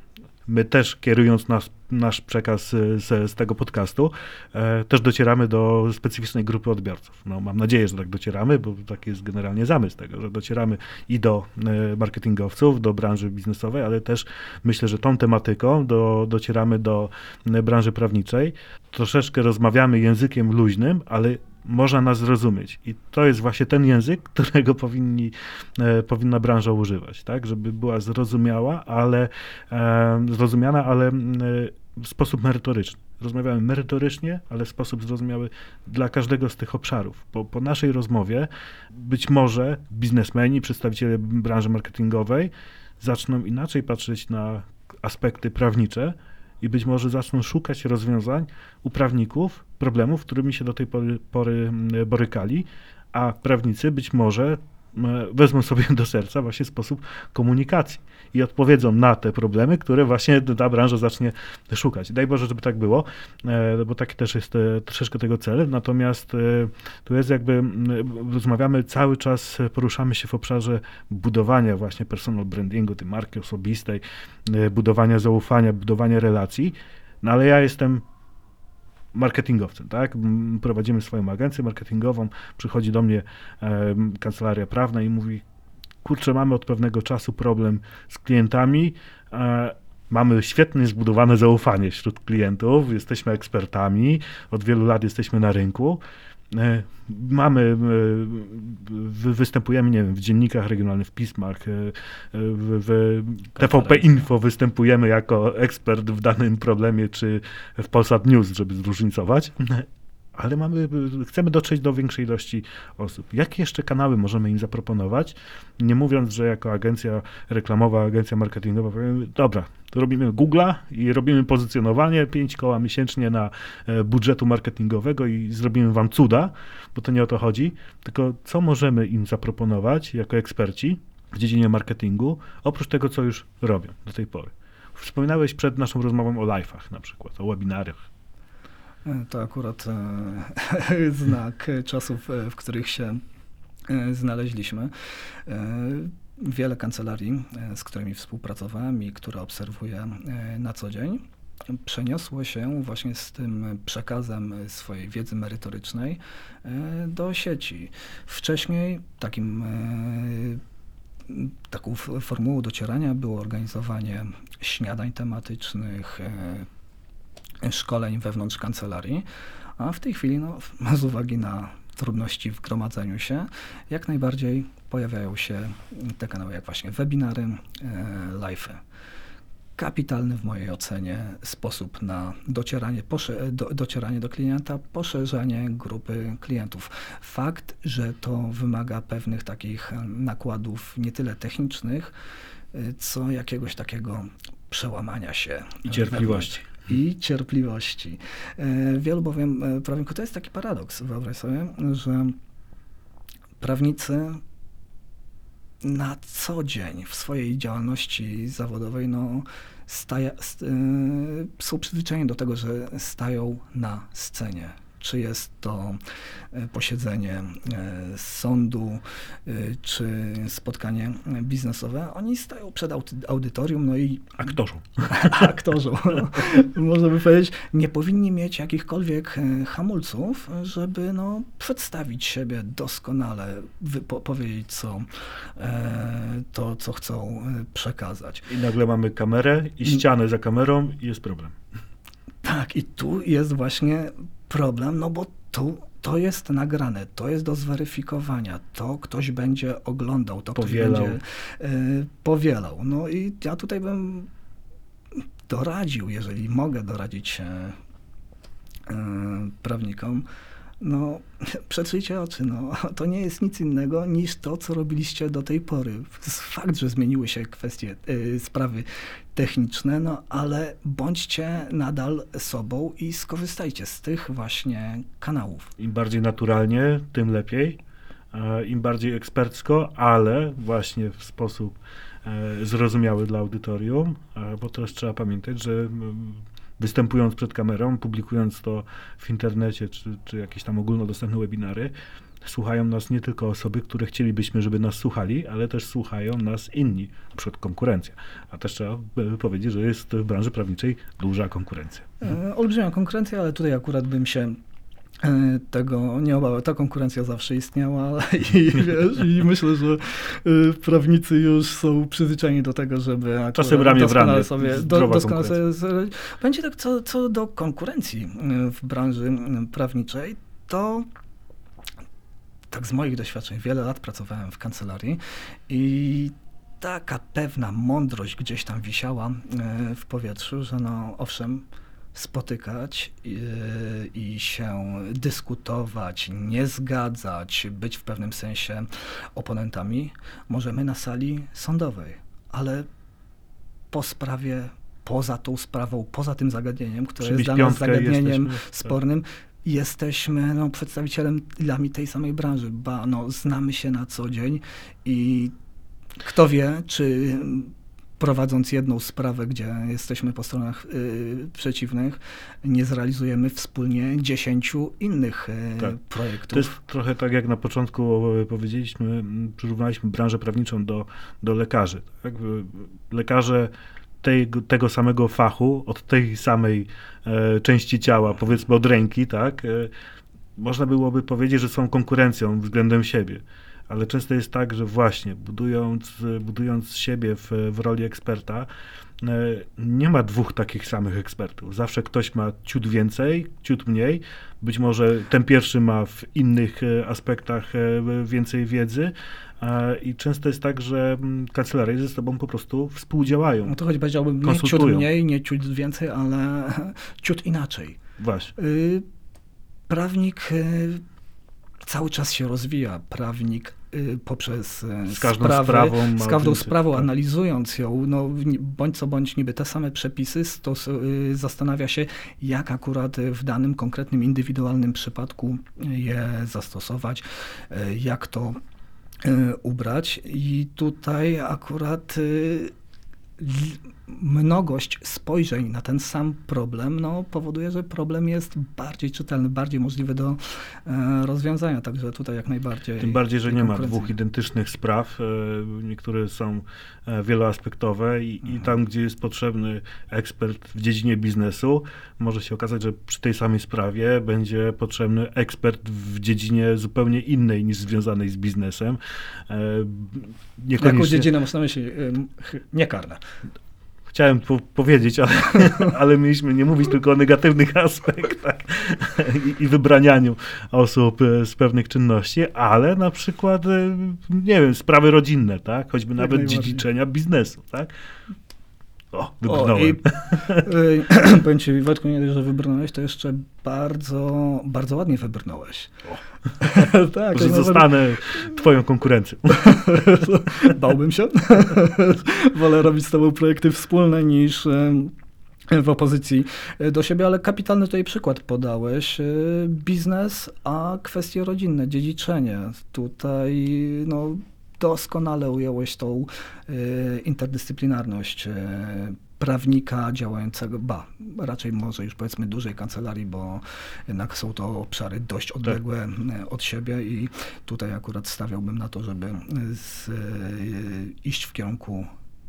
my też kierując nas, nasz przekaz z, z tego podcastu, e, też docieramy do specyficznej grupy odbiorców. No, mam nadzieję, że tak docieramy, bo taki jest generalnie zamysł tego, że docieramy i do e, marketingowców, do branży biznesowej, ale też myślę, że tą tematyką do, docieramy do e, branży prawniczej. Troszeczkę rozmawiamy językiem luźnym, ale można nas zrozumieć. I to jest właśnie ten język, którego powinni, e, powinna branża używać, tak? Żeby była zrozumiała, ale e, zrozumiana, ale e, w sposób merytoryczny. Rozmawiamy merytorycznie, ale w sposób zrozumiały dla każdego z tych obszarów. Bo po naszej rozmowie być może biznesmeni, przedstawiciele branży marketingowej zaczną inaczej patrzeć na aspekty prawnicze, i być może zaczną szukać rozwiązań u prawników problemów, którymi się do tej pory, pory borykali, a prawnicy być może wezmą sobie do serca właśnie sposób komunikacji i odpowiedzą na te problemy, które właśnie ta branża zacznie szukać. Daj Boże, żeby tak było, bo taki też jest troszeczkę tego cel, natomiast tu jest jakby, rozmawiamy cały czas, poruszamy się w obszarze budowania właśnie personal brandingu, tej marki osobistej, budowania zaufania, budowania relacji, no ale ja jestem marketingowcem, tak? Prowadzimy swoją agencję marketingową, przychodzi do mnie e, kancelaria prawna i mówi, kurczę, mamy od pewnego czasu problem z klientami, e, mamy świetnie zbudowane zaufanie wśród klientów, jesteśmy ekspertami, od wielu lat jesteśmy na rynku, e, mamy, e, występujemy, nie wiem, w dziennikach regionalnych, w pismach, e, w, w T V P Info występujemy jako ekspert w danym problemie, czy w Polsat News, żeby zróżnicować, ale mamy, chcemy dotrzeć do większej ilości osób. Jakie jeszcze kanały możemy im zaproponować? Nie mówiąc, że jako agencja reklamowa, agencja marketingowa powiemy, dobra, to robimy Google'a i robimy pozycjonowanie, pięć koła miesięcznie na budżetu marketingowego i zrobimy wam cuda, bo to nie o to chodzi, tylko co możemy im zaproponować jako eksperci w dziedzinie marketingu, oprócz tego, co już robią do tej pory. Wspominałeś przed naszą rozmową o live'ach na przykład, o webinariach. To akurat e, znak czasów, w których się e, znaleźliśmy. E, wiele kancelarii, e, z którymi współpracowałem i które obserwuję e, na co dzień, przeniosło się właśnie z tym przekazem swojej wiedzy merytorycznej e, do sieci. Wcześniej takim e, taką formułą docierania było organizowanie śniadań tematycznych, e, szkoleń wewnątrz kancelarii, a w tej chwili no, z uwagi na trudności w gromadzeniu się, jak najbardziej pojawiają się te kanały jak właśnie webinary, e, live'y. Kapitalny w mojej ocenie sposób na docieranie, posze, do, docieranie do klienta, poszerzanie grupy klientów. Fakt, że to wymaga pewnych takich nakładów nie tyle technicznych, co jakiegoś takiego przełamania się. I cierpliwości. I cierpliwości. Wielu bowiem prawników, to jest taki paradoks, wyobraź sobie, że prawnicy na co dzień w swojej działalności zawodowej no, staja, st, y, są przyzwyczajeni do tego, że stają na scenie. Czy jest to posiedzenie sądu, czy spotkanie biznesowe, oni stają przed audytorium, no i... Aktorzą. Aktorzą. Można by powiedzieć, nie powinni mieć jakichkolwiek hamulców, żeby no, przedstawić siebie doskonale, wypo- powiedzieć co, to, co chcą przekazać. I nagle mamy kamerę i ścianę za kamerą i jest problem. Tak, i tu jest właśnie problem, no bo tu to jest nagrane, to jest do zweryfikowania, to ktoś będzie oglądał, to powielał. ktoś będzie y, powielał. No i ja tutaj bym doradził, jeżeli mogę doradzić y, y, prawnikom, no przetrzyjcie oczy, no to nie jest nic innego niż to, co robiliście do tej pory. Fakt, że zmieniły się kwestie, y, sprawy techniczne, no ale bądźcie nadal sobą i skorzystajcie z tych właśnie kanałów. Im bardziej naturalnie, tym lepiej. Im bardziej ekspercko, ale właśnie w sposób zrozumiały dla audytorium, bo też trzeba pamiętać, że występując przed kamerą, publikując to w internecie, czy, czy jakieś tam ogólnodostępne webinary, słuchają nas nie tylko osoby, które chcielibyśmy, żeby nas słuchali, ale też słuchają nas inni, na przykład konkurencja. A też trzeba powiedzieć, że jest w branży prawniczej duża konkurencja. E, olbrzymia konkurencja, ale tutaj akurat bym się e, tego nie obawiał. Ta konkurencja zawsze istniała i, wiesz, i myślę, że e, prawnicy już są przyzwyczajeni do tego, żeby czasem ramię w ramię sobie, do, doskonale sobie będzie tak co, co do konkurencji w branży prawniczej, to tak z moich doświadczeń, wiele lat pracowałem w kancelarii i taka pewna mądrość gdzieś tam wisiała w powietrzu, że no owszem, spotykać i, i się dyskutować, nie zgadzać, być w pewnym sensie oponentami możemy na sali sądowej, ale po sprawie, poza tą sprawą, poza tym zagadnieniem, które Przybić jest dla nas piątkę, zagadnieniem jesteśmy, spornym, jesteśmy no, przedstawicielami tej samej branży, ba, no, znamy się na co dzień i kto wie, czy prowadząc jedną sprawę, gdzie jesteśmy po stronach y, przeciwnych, nie zrealizujemy wspólnie dziesięciu innych y, tak. projektów. To jest trochę tak, jak na początku powiedzieliśmy, przyrównaliśmy branżę prawniczą do, do lekarzy. Tak? Lekarze Tego, tego samego fachu, od tej samej e, części ciała, powiedzmy od ręki, tak, e, można byłoby powiedzieć, że są konkurencją względem siebie, ale często jest tak, że właśnie budując, budując siebie w, w roli eksperta, e, nie ma dwóch takich samych ekspertów. Zawsze ktoś ma ciut więcej, ciut mniej, być może ten pierwszy ma w innych e, aspektach e, więcej wiedzy, i często jest tak, że kancelarie ze sobą po prostu współdziałają. No to choć powiedziałbym nie ciut mniej, nie ciut więcej, ale ciut inaczej. Właśnie. Y, prawnik y, cały czas się rozwija. Prawnik y, poprzez z każdą sprawy, sprawą, z każdą więcej, sprawą tak. analizując ją, no, bądź co bądź niby te same przepisy, stos, y, zastanawia się, jak akurat w danym konkretnym, indywidualnym przypadku je zastosować, y, jak to ubrać i tutaj akurat y, mnogość spojrzeń na ten sam problem no, powoduje, że problem jest bardziej czytelny, bardziej możliwy do e, rozwiązania, także tutaj jak najbardziej. Tym bardziej, że nie ma dwóch identycznych spraw, e, niektóre są e, wieloaspektowe i, mhm. i tam, gdzie jest potrzebny ekspert w dziedzinie biznesu, może się okazać, że przy tej samej sprawie będzie potrzebny ekspert w dziedzinie zupełnie innej niż związanej z biznesem. E, niekoniecznie... Jaką dziedzinę masz na myśli? Niekarne. Chciałem po powiedzieć, ale, ale mieliśmy nie mówić tylko o negatywnych aspektach i, i wybranianiu osób z pewnych czynności, ale na przykład, nie wiem, sprawy rodzinne, tak? Choćby nawet Jak dziedziczenia biznesu, tak? O, wybrnąłem. O, i, y, powiem ci, Wojtku, nie dość, że wybrnąłeś, to jeszcze bardzo, bardzo ładnie wybrnąłeś. Tak, że zostanę twoją konkurencją. Bałbym się. Wolę robić z tobą projekty wspólne niż w opozycji do siebie, ale kapitalny tutaj przykład podałeś. Biznes, a kwestie rodzinne, dziedziczenie. Tutaj no, doskonale ująłeś tą y, interdyscyplinarność y, prawnika działającego, ba, raczej może już powiedzmy dużej kancelarii, bo jednak są to obszary dość odległe tak. od siebie i tutaj akurat stawiałbym na to, żeby z, y, iść w kierunku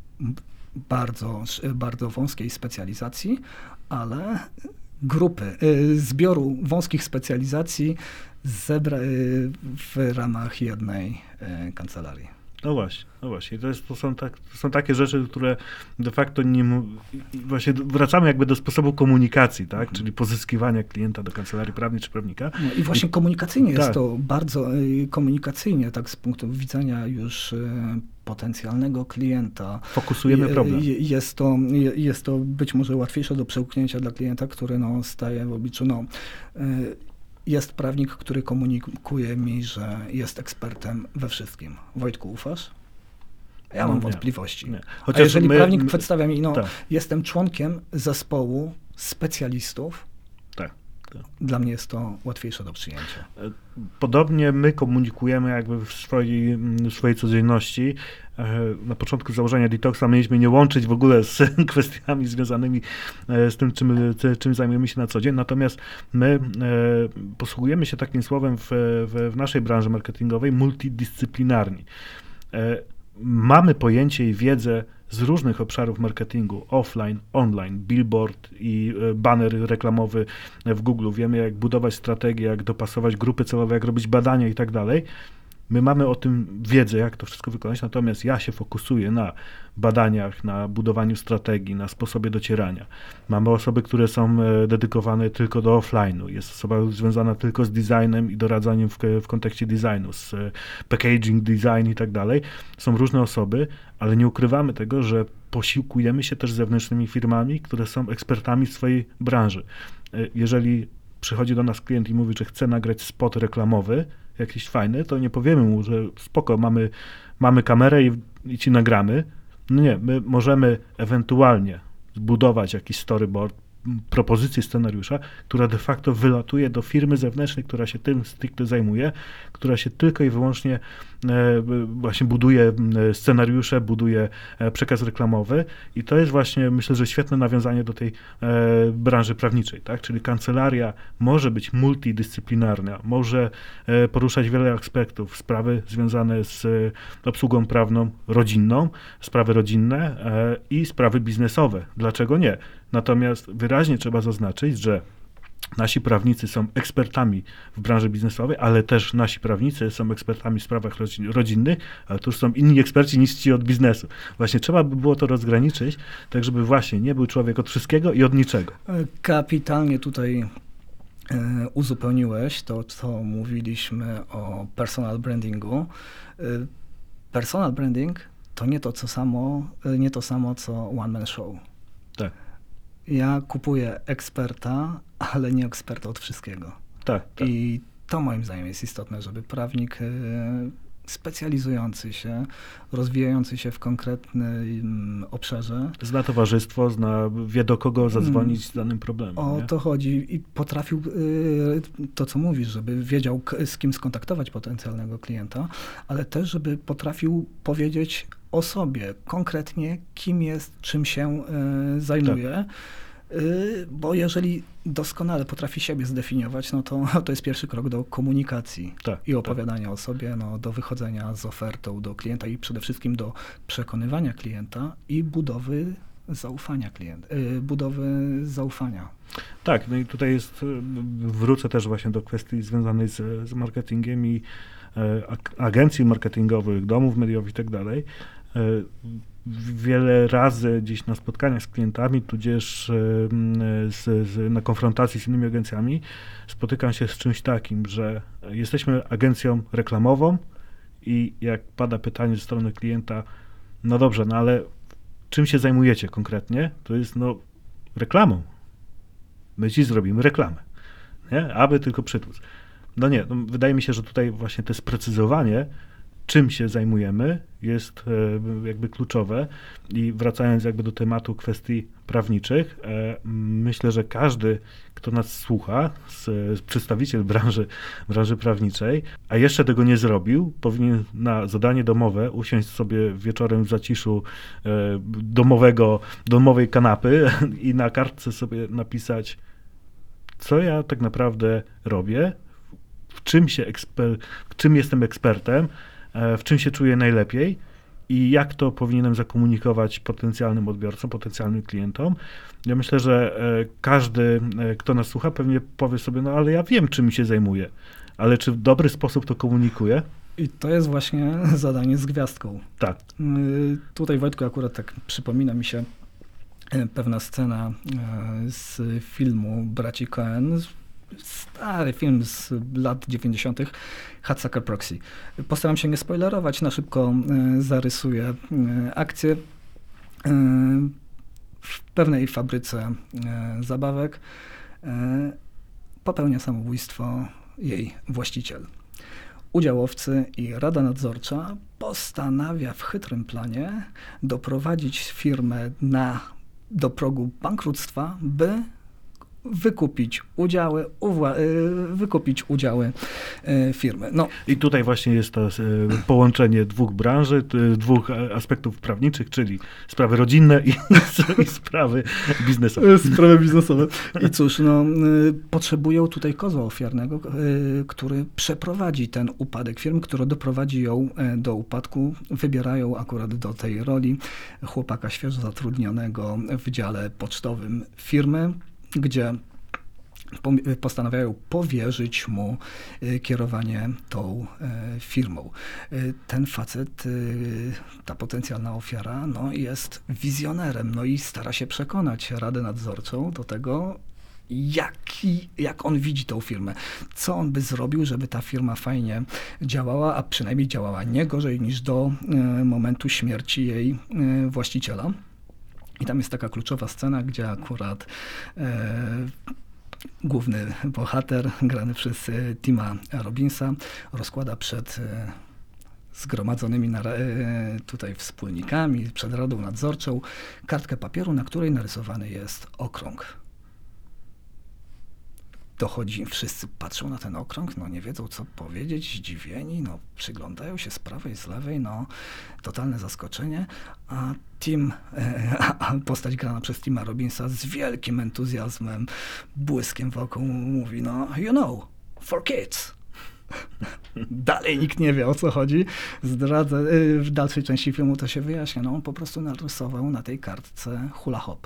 bardzo, bardzo wąskiej specjalizacji, ale grupy, y, zbioru wąskich specjalizacji zebra, y, w ramach jednej y, kancelarii. No właśnie, no właśnie. To, jest, to, są tak, to są takie rzeczy, które de facto nie... Właśnie wracamy jakby do sposobu komunikacji, tak? Mhm. Czyli pozyskiwania klienta do kancelarii prawnej czy prawnika. No i właśnie I, komunikacyjnie tak. jest to bardzo y, komunikacyjnie, tak z punktu widzenia już y, potencjalnego klienta. Fokusujemy problem. Y, jest, to, y, jest to być może łatwiejsze do przełknięcia dla klienta, który no, staje w obliczu... No, y, Jest prawnik, który komunikuje mi, że jest ekspertem we wszystkim. Wojtku, ufasz? Ja mam no, wątpliwości. Nie. A jeżeli my, prawnik my, przedstawia mi, no, tak. jestem członkiem zespołu specjalistów, tak, tak. Dla mnie jest to łatwiejsze do przyjęcia. Podobnie my komunikujemy jakby w swojej, w swojej codzienności. Na początku założenia Detoxa mieliśmy nie łączyć w ogóle z kwestiami związanymi z tym, czym, czym zajmujemy się na co dzień. Natomiast my posługujemy się takim słowem w, w, w naszej branży marketingowej multidyscyplinarni. Mamy pojęcie i wiedzę z różnych obszarów marketingu, offline, online, billboard i baner reklamowy w Google. Wiemy, jak budować strategię, jak dopasować grupy celowe, jak robić badania i tak dalej. My mamy o tym wiedzę, jak to wszystko wykonać, natomiast ja się fokusuję na badaniach, na budowaniu strategii, na sposobie docierania. Mamy osoby, które są dedykowane tylko do offline'u. Jest osoba związana tylko z designem i doradzaniem w, w kontekście designu, z packaging, design i tak dalej. Są różne osoby, ale nie ukrywamy tego, że posiłkujemy się też zewnętrznymi firmami, które są ekspertami w swojej branży. Jeżeli przychodzi do nas klient i mówi, że chce nagrać spot reklamowy, jakiś fajny, to nie powiemy mu, że spoko, mamy, mamy kamerę i, i ci nagramy. No nie, my możemy ewentualnie zbudować jakiś storyboard, propozycję scenariusza, która de facto wylatuje do firmy zewnętrznej, która się tym stricte zajmuje, która się tylko i wyłącznie e, właśnie buduje scenariusze, buduje e, przekaz reklamowy i to jest właśnie, myślę, że świetne nawiązanie do tej e, branży prawniczej, tak? Czyli kancelaria może być multidyscyplinarna, może e, poruszać wiele aspektów, sprawy związane z e, obsługą prawną rodzinną, sprawy rodzinne e, i sprawy biznesowe. Dlaczego nie? Natomiast wyraźnie trzeba zaznaczyć, że nasi prawnicy są ekspertami w branży biznesowej, ale też nasi prawnicy są ekspertami w sprawach rodzinnych, ale to już są inni eksperci niż ci od biznesu. Właśnie trzeba by było to rozgraniczyć, tak żeby właśnie nie był człowiek od wszystkiego i od niczego. Kapitalnie tutaj e, uzupełniłeś to, co mówiliśmy o personal brandingu. E, personal branding to nie to, co samo, nie to samo, co one man show. Tak. Ja kupuję eksperta, ale nie eksperta od wszystkiego. Tak, tak. I to moim zdaniem jest istotne, żeby prawnik specjalizujący się, rozwijający się w konkretnym obszarze. Zna towarzystwo, zna, wie do kogo zadzwonić z danym problemem. O nie? to chodzi i potrafił to, co mówisz, żeby wiedział, z kim skontaktować potencjalnego klienta, ale też, żeby potrafił powiedzieć o sobie, konkretnie kim jest, czym się y, zajmuje, tak. y, bo jeżeli doskonale potrafi siebie zdefiniować, no to to jest pierwszy krok do komunikacji tak, i opowiadania tak. o sobie, no, do wychodzenia z ofertą do klienta i przede wszystkim do przekonywania klienta i budowy zaufania klienta, y, budowy zaufania. Tak, no i tutaj jest, wrócę też właśnie do kwestii związanej z, z marketingiem i agencji marketingowych, domów mediowych i tak dalej. Wiele razy gdzieś na spotkaniach z klientami, tudzież z, z, na konfrontacji z innymi agencjami spotykam się z czymś takim, że jesteśmy agencją reklamową i jak pada pytanie ze strony klienta, no dobrze, no ale czym się zajmujecie konkretnie? To jest no reklamą. My ci zrobimy reklamę, nie? Aby tylko przytłuc. No nie, no wydaje mi się, że tutaj właśnie to sprecyzowanie czym się zajmujemy, jest jakby kluczowe. I wracając jakby do tematu kwestii prawniczych, myślę, że każdy, kto nas słucha, przedstawiciel branży, branży prawniczej, a jeszcze tego nie zrobił, powinien na zadanie domowe usiąść sobie wieczorem w zaciszu domowego, domowej kanapy i na kartce sobie napisać, co ja tak naprawdę robię, w czym się eksper- w czym jestem ekspertem, w czym się czuję najlepiej i jak to powinienem zakomunikować potencjalnym odbiorcom, potencjalnym klientom. Ja myślę, że każdy, kto nas słucha, pewnie powie sobie, no ale ja wiem, czym się zajmuję, ale czy w dobry sposób to komunikuję? I to jest właśnie zadanie z gwiazdką. Tak. Tutaj, Wojtku, akurat tak przypomina mi się pewna scena z filmu Braci Coen, stary film z lat dziewięćdziesiątych, Hudsucker Proxy. Postaram się nie spoilerować, na szybko zarysuję akcję. W pewnej fabryce zabawek popełnia samobójstwo jej właściciel. Udziałowcy i Rada Nadzorcza postanawia w chytrym planie doprowadzić firmę na, do progu bankructwa, by wykupić udziały, uwła- wykupić udziały firmy. No. I tutaj właśnie jest to połączenie dwóch branży, dwóch aspektów prawniczych, czyli sprawy rodzinne i, i sprawy biznesowe. Sprawy biznesowe. I cóż, no, potrzebują tutaj kozła ofiarnego, który przeprowadzi ten upadek firmy, który doprowadzi ją do upadku. Wybierają akurat do tej roli chłopaka świeżo zatrudnionego w dziale pocztowym firmy, gdzie postanawiają powierzyć mu kierowanie tą firmą. Ten facet, ta potencjalna ofiara, no, jest wizjonerem, no i stara się przekonać Radę Nadzorczą do tego, jaki, jak on widzi tą firmę, co on by zrobił, żeby ta firma fajnie działała, a przynajmniej działała nie gorzej niż do momentu śmierci jej właściciela. I tam jest taka kluczowa scena, gdzie akurat e, główny bohater, grany przez e, Tima Robinsa, rozkłada przed e, zgromadzonymi na, e, tutaj wspólnikami, przed Radą Nadzorczą, kartkę papieru, na której narysowany jest okrąg. Dochodzi, wszyscy patrzą na ten okrąg, no nie wiedzą, co powiedzieć, zdziwieni, no przyglądają się z prawej, z lewej, no totalne zaskoczenie, a Tim, e, a postać grana przez Tima Robinsa z wielkim entuzjazmem, błyskiem wokół mówi, no you know, for kids. Dalej nikt nie wie, o co chodzi. Zdradzę, w dalszej części filmu to się wyjaśnia, no on po prostu narysował na tej kartce hula hop.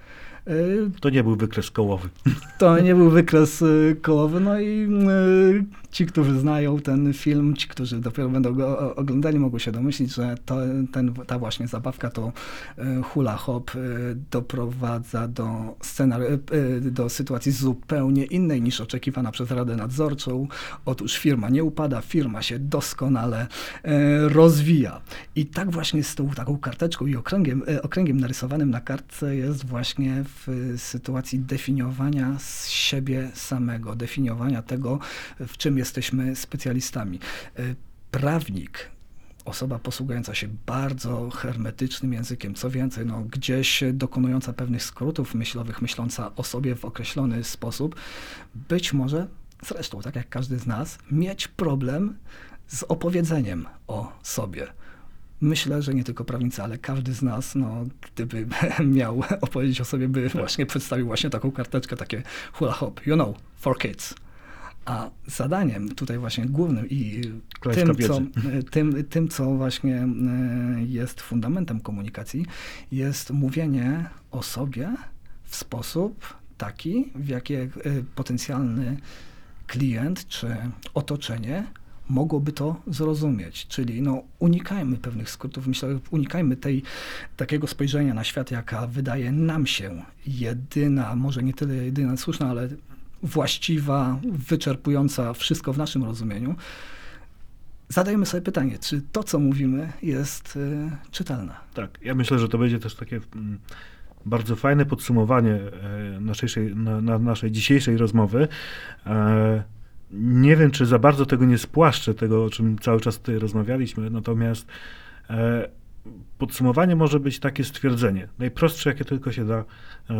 To nie był wykres kołowy. To nie był wykres kołowy, no i ci, którzy znają ten film, ci, którzy dopiero będą go oglądali, mogą się domyślić, że to, ten, ta właśnie zabawka, to hula hop doprowadza do, scenar- do sytuacji zupełnie innej niż oczekiwana przez Radę Nadzorczą. Otóż firma nie upada, firma się doskonale rozwija. I tak właśnie z tą taką karteczką i okręgiem, okręgiem narysowanym na kartce jest właśnie w sytuacji definiowania z siebie samego, definiowania tego, w czym jesteśmy specjalistami. Prawnik, osoba posługująca się bardzo hermetycznym językiem, co więcej, no, gdzieś dokonująca pewnych skrótów myślowych, myśląca o sobie w określony sposób, być może, zresztą tak jak każdy z nas, mieć problem z opowiedzeniem o sobie. Myślę, że nie tylko prawnicy, ale każdy z nas, no, gdyby miał opowiedzieć o sobie, by właśnie przedstawił właśnie taką karteczkę, takie hula hop, you know, for kids. A zadaniem tutaj właśnie głównym i tym co, tym, tym, co właśnie jest fundamentem komunikacji, jest mówienie o sobie w sposób taki, w jaki potencjalny klient czy otoczenie mogłoby to zrozumieć, czyli no, unikajmy pewnych skrótów, myślę, unikajmy tej, takiego spojrzenia na świat, jaka wydaje nam się jedyna, może nie tyle jedyna słuszna, ale właściwa, wyczerpująca wszystko w naszym rozumieniu. Zadajmy sobie pytanie, czy to, co mówimy, jest y, czytelne. Tak, ja myślę, że to będzie też takie mm, bardzo fajne podsumowanie e, naszej, na, na naszej dzisiejszej rozmowy. E, nie wiem, czy za bardzo tego nie spłaszczę, tego, o czym cały czas tutaj rozmawialiśmy, natomiast e, podsumowanie może być takie stwierdzenie, najprostsze, jakie tylko się da e,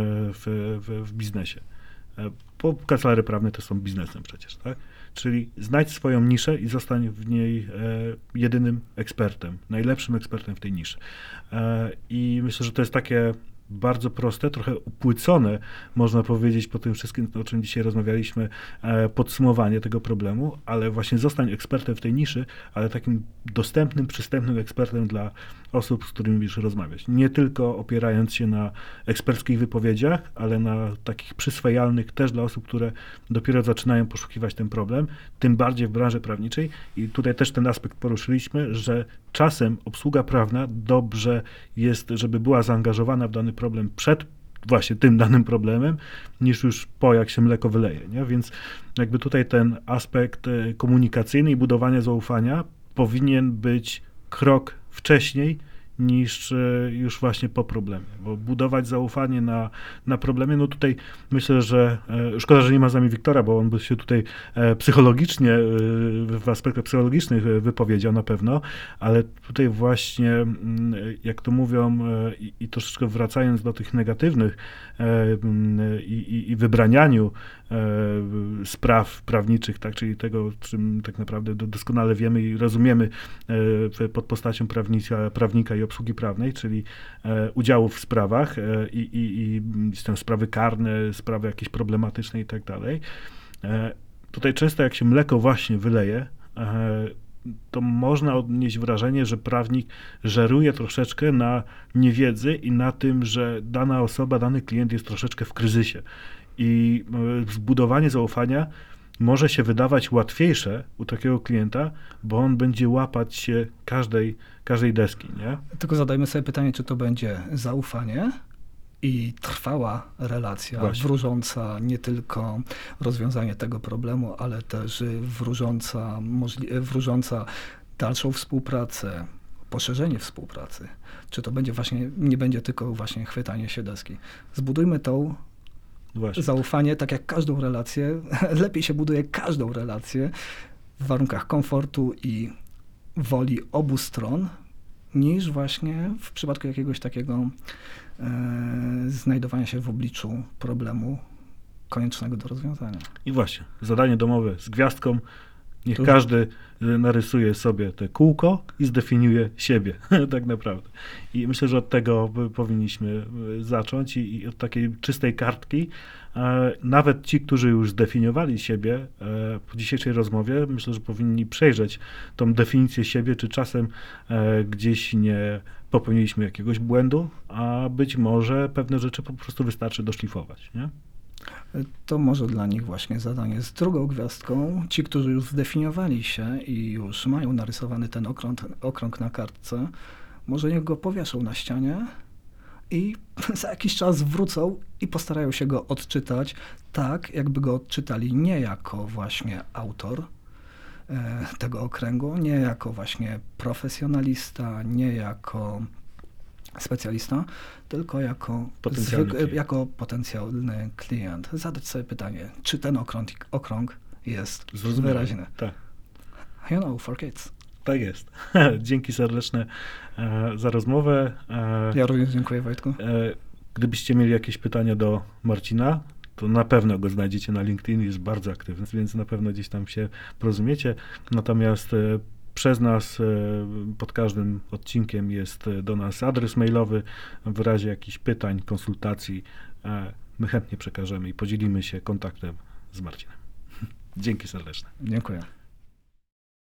w, w, w biznesie. E, bo kancelarie prawne to są biznesem przecież, tak? Czyli znajdź swoją niszę i zostań w niej e, jedynym ekspertem, najlepszym ekspertem w tej niszy. E, I myślę, że to jest takie bardzo proste, trochę upłycone, można powiedzieć, po tym wszystkim, o czym dzisiaj rozmawialiśmy, e, podsumowanie tego problemu, ale właśnie zostań ekspertem w tej niszy, ale takim dostępnym, przystępnym ekspertem dla osób, z którymi będziesz rozmawiać. Nie tylko opierając się na eksperckich wypowiedziach, ale na takich przyswajalnych też dla osób, które dopiero zaczynają poszukiwać ten problem, tym bardziej w branży prawniczej. I tutaj też ten aspekt poruszyliśmy, że czasem obsługa prawna dobrze jest, żeby była zaangażowana w dany problem przed właśnie tym danym problemem, niż już po, jak się mleko wyleje, nie? Więc jakby tutaj ten aspekt komunikacyjny i budowania zaufania powinien być krok wcześniej niż już właśnie po problemie, bo budować zaufanie na, na problemie, no tutaj myślę, że e, szkoda, że nie ma z nami Wiktora, bo on by się tutaj e, psychologicznie, e, w aspektach psychologicznych wypowiedział na pewno, ale tutaj właśnie, m, jak to mówią e, i, i troszeczkę wracając do tych negatywnych e, m, i, i wybranianiu e, spraw prawniczych, tak, czyli tego, czym tak naprawdę doskonale wiemy i rozumiemy e, pod postacią prawnika, prawnika i obsługi prawnej, czyli e, udziału w sprawach e, i, i, i są sprawy karne, sprawy jakieś problematyczne i tak dalej. E, tutaj często jak się mleko właśnie wyleje, e, to można odnieść wrażenie, że prawnik żeruje troszeczkę na niewiedzy i na tym, że dana osoba, dany klient jest troszeczkę w kryzysie. I e, zbudowanie zaufania może się wydawać łatwiejsze u takiego klienta, bo on będzie łapać się każdej, każdej deski, nie? Tylko zadajmy sobie pytanie, czy to będzie zaufanie i trwała relacja, Właśnie. wróżąca nie tylko rozwiązanie tego problemu, ale też wróżąca, możli- wróżąca dalszą współpracę, poszerzenie współpracy. Czy to będzie właśnie, nie będzie tylko właśnie chwytanie się deski. Zbudujmy tą Właśnie. zaufanie, tak jak każdą relację, lepiej się buduje każdą relację w warunkach komfortu i woli obu stron, niż właśnie w przypadku jakiegoś takiego e, znajdowania się w obliczu problemu koniecznego do rozwiązania. I właśnie, zadanie domowe z gwiazdką. Niech Tu- każdy narysuje sobie te kółko i zdefiniuje siebie, tak naprawdę. I myślę, że od tego powinniśmy zacząć i, i od takiej czystej kartki. E, nawet ci, którzy już zdefiniowali siebie e, po dzisiejszej rozmowie, myślę, że powinni przejrzeć tą definicję siebie, czy czasem e, gdzieś nie popełniliśmy jakiegoś błędu, a być może pewne rzeczy po prostu wystarczy doszlifować, nie? To może dla nich właśnie zadanie z drugą gwiazdką. Ci, którzy już zdefiniowali się i już mają narysowany ten okrąg, okrąg na kartce, może niech go powieszą na ścianie i za jakiś czas wrócą i postarają się go odczytać tak, jakby go odczytali nie jako właśnie autor e, tego okręgu, nie jako właśnie profesjonalista, nie jako specjalista, tylko jako, Potencjalny zwyk- klient. jako potencjalny klient. Zadać sobie pytanie, czy ten okrąg, okrąg jest Zrozumiałe. wyraźny. Tak. You know, for kids. Tak jest. Dzięki serdeczne e, za rozmowę. E, Ja również dziękuję, Wojtku. e, gdybyście mieli jakieś pytania do Marcina, to na pewno go znajdziecie na LinkedIn, jest bardzo aktywny, więc na pewno gdzieś tam się porozumiecie. Natomiast e, przez nas e, pod każdym odcinkiem jest e, do nas adres mailowy. W razie jakichś pytań, konsultacji e, my chętnie przekażemy i podzielimy się kontaktem z Marcinem. Dzięki serdeczne. Dziękuję.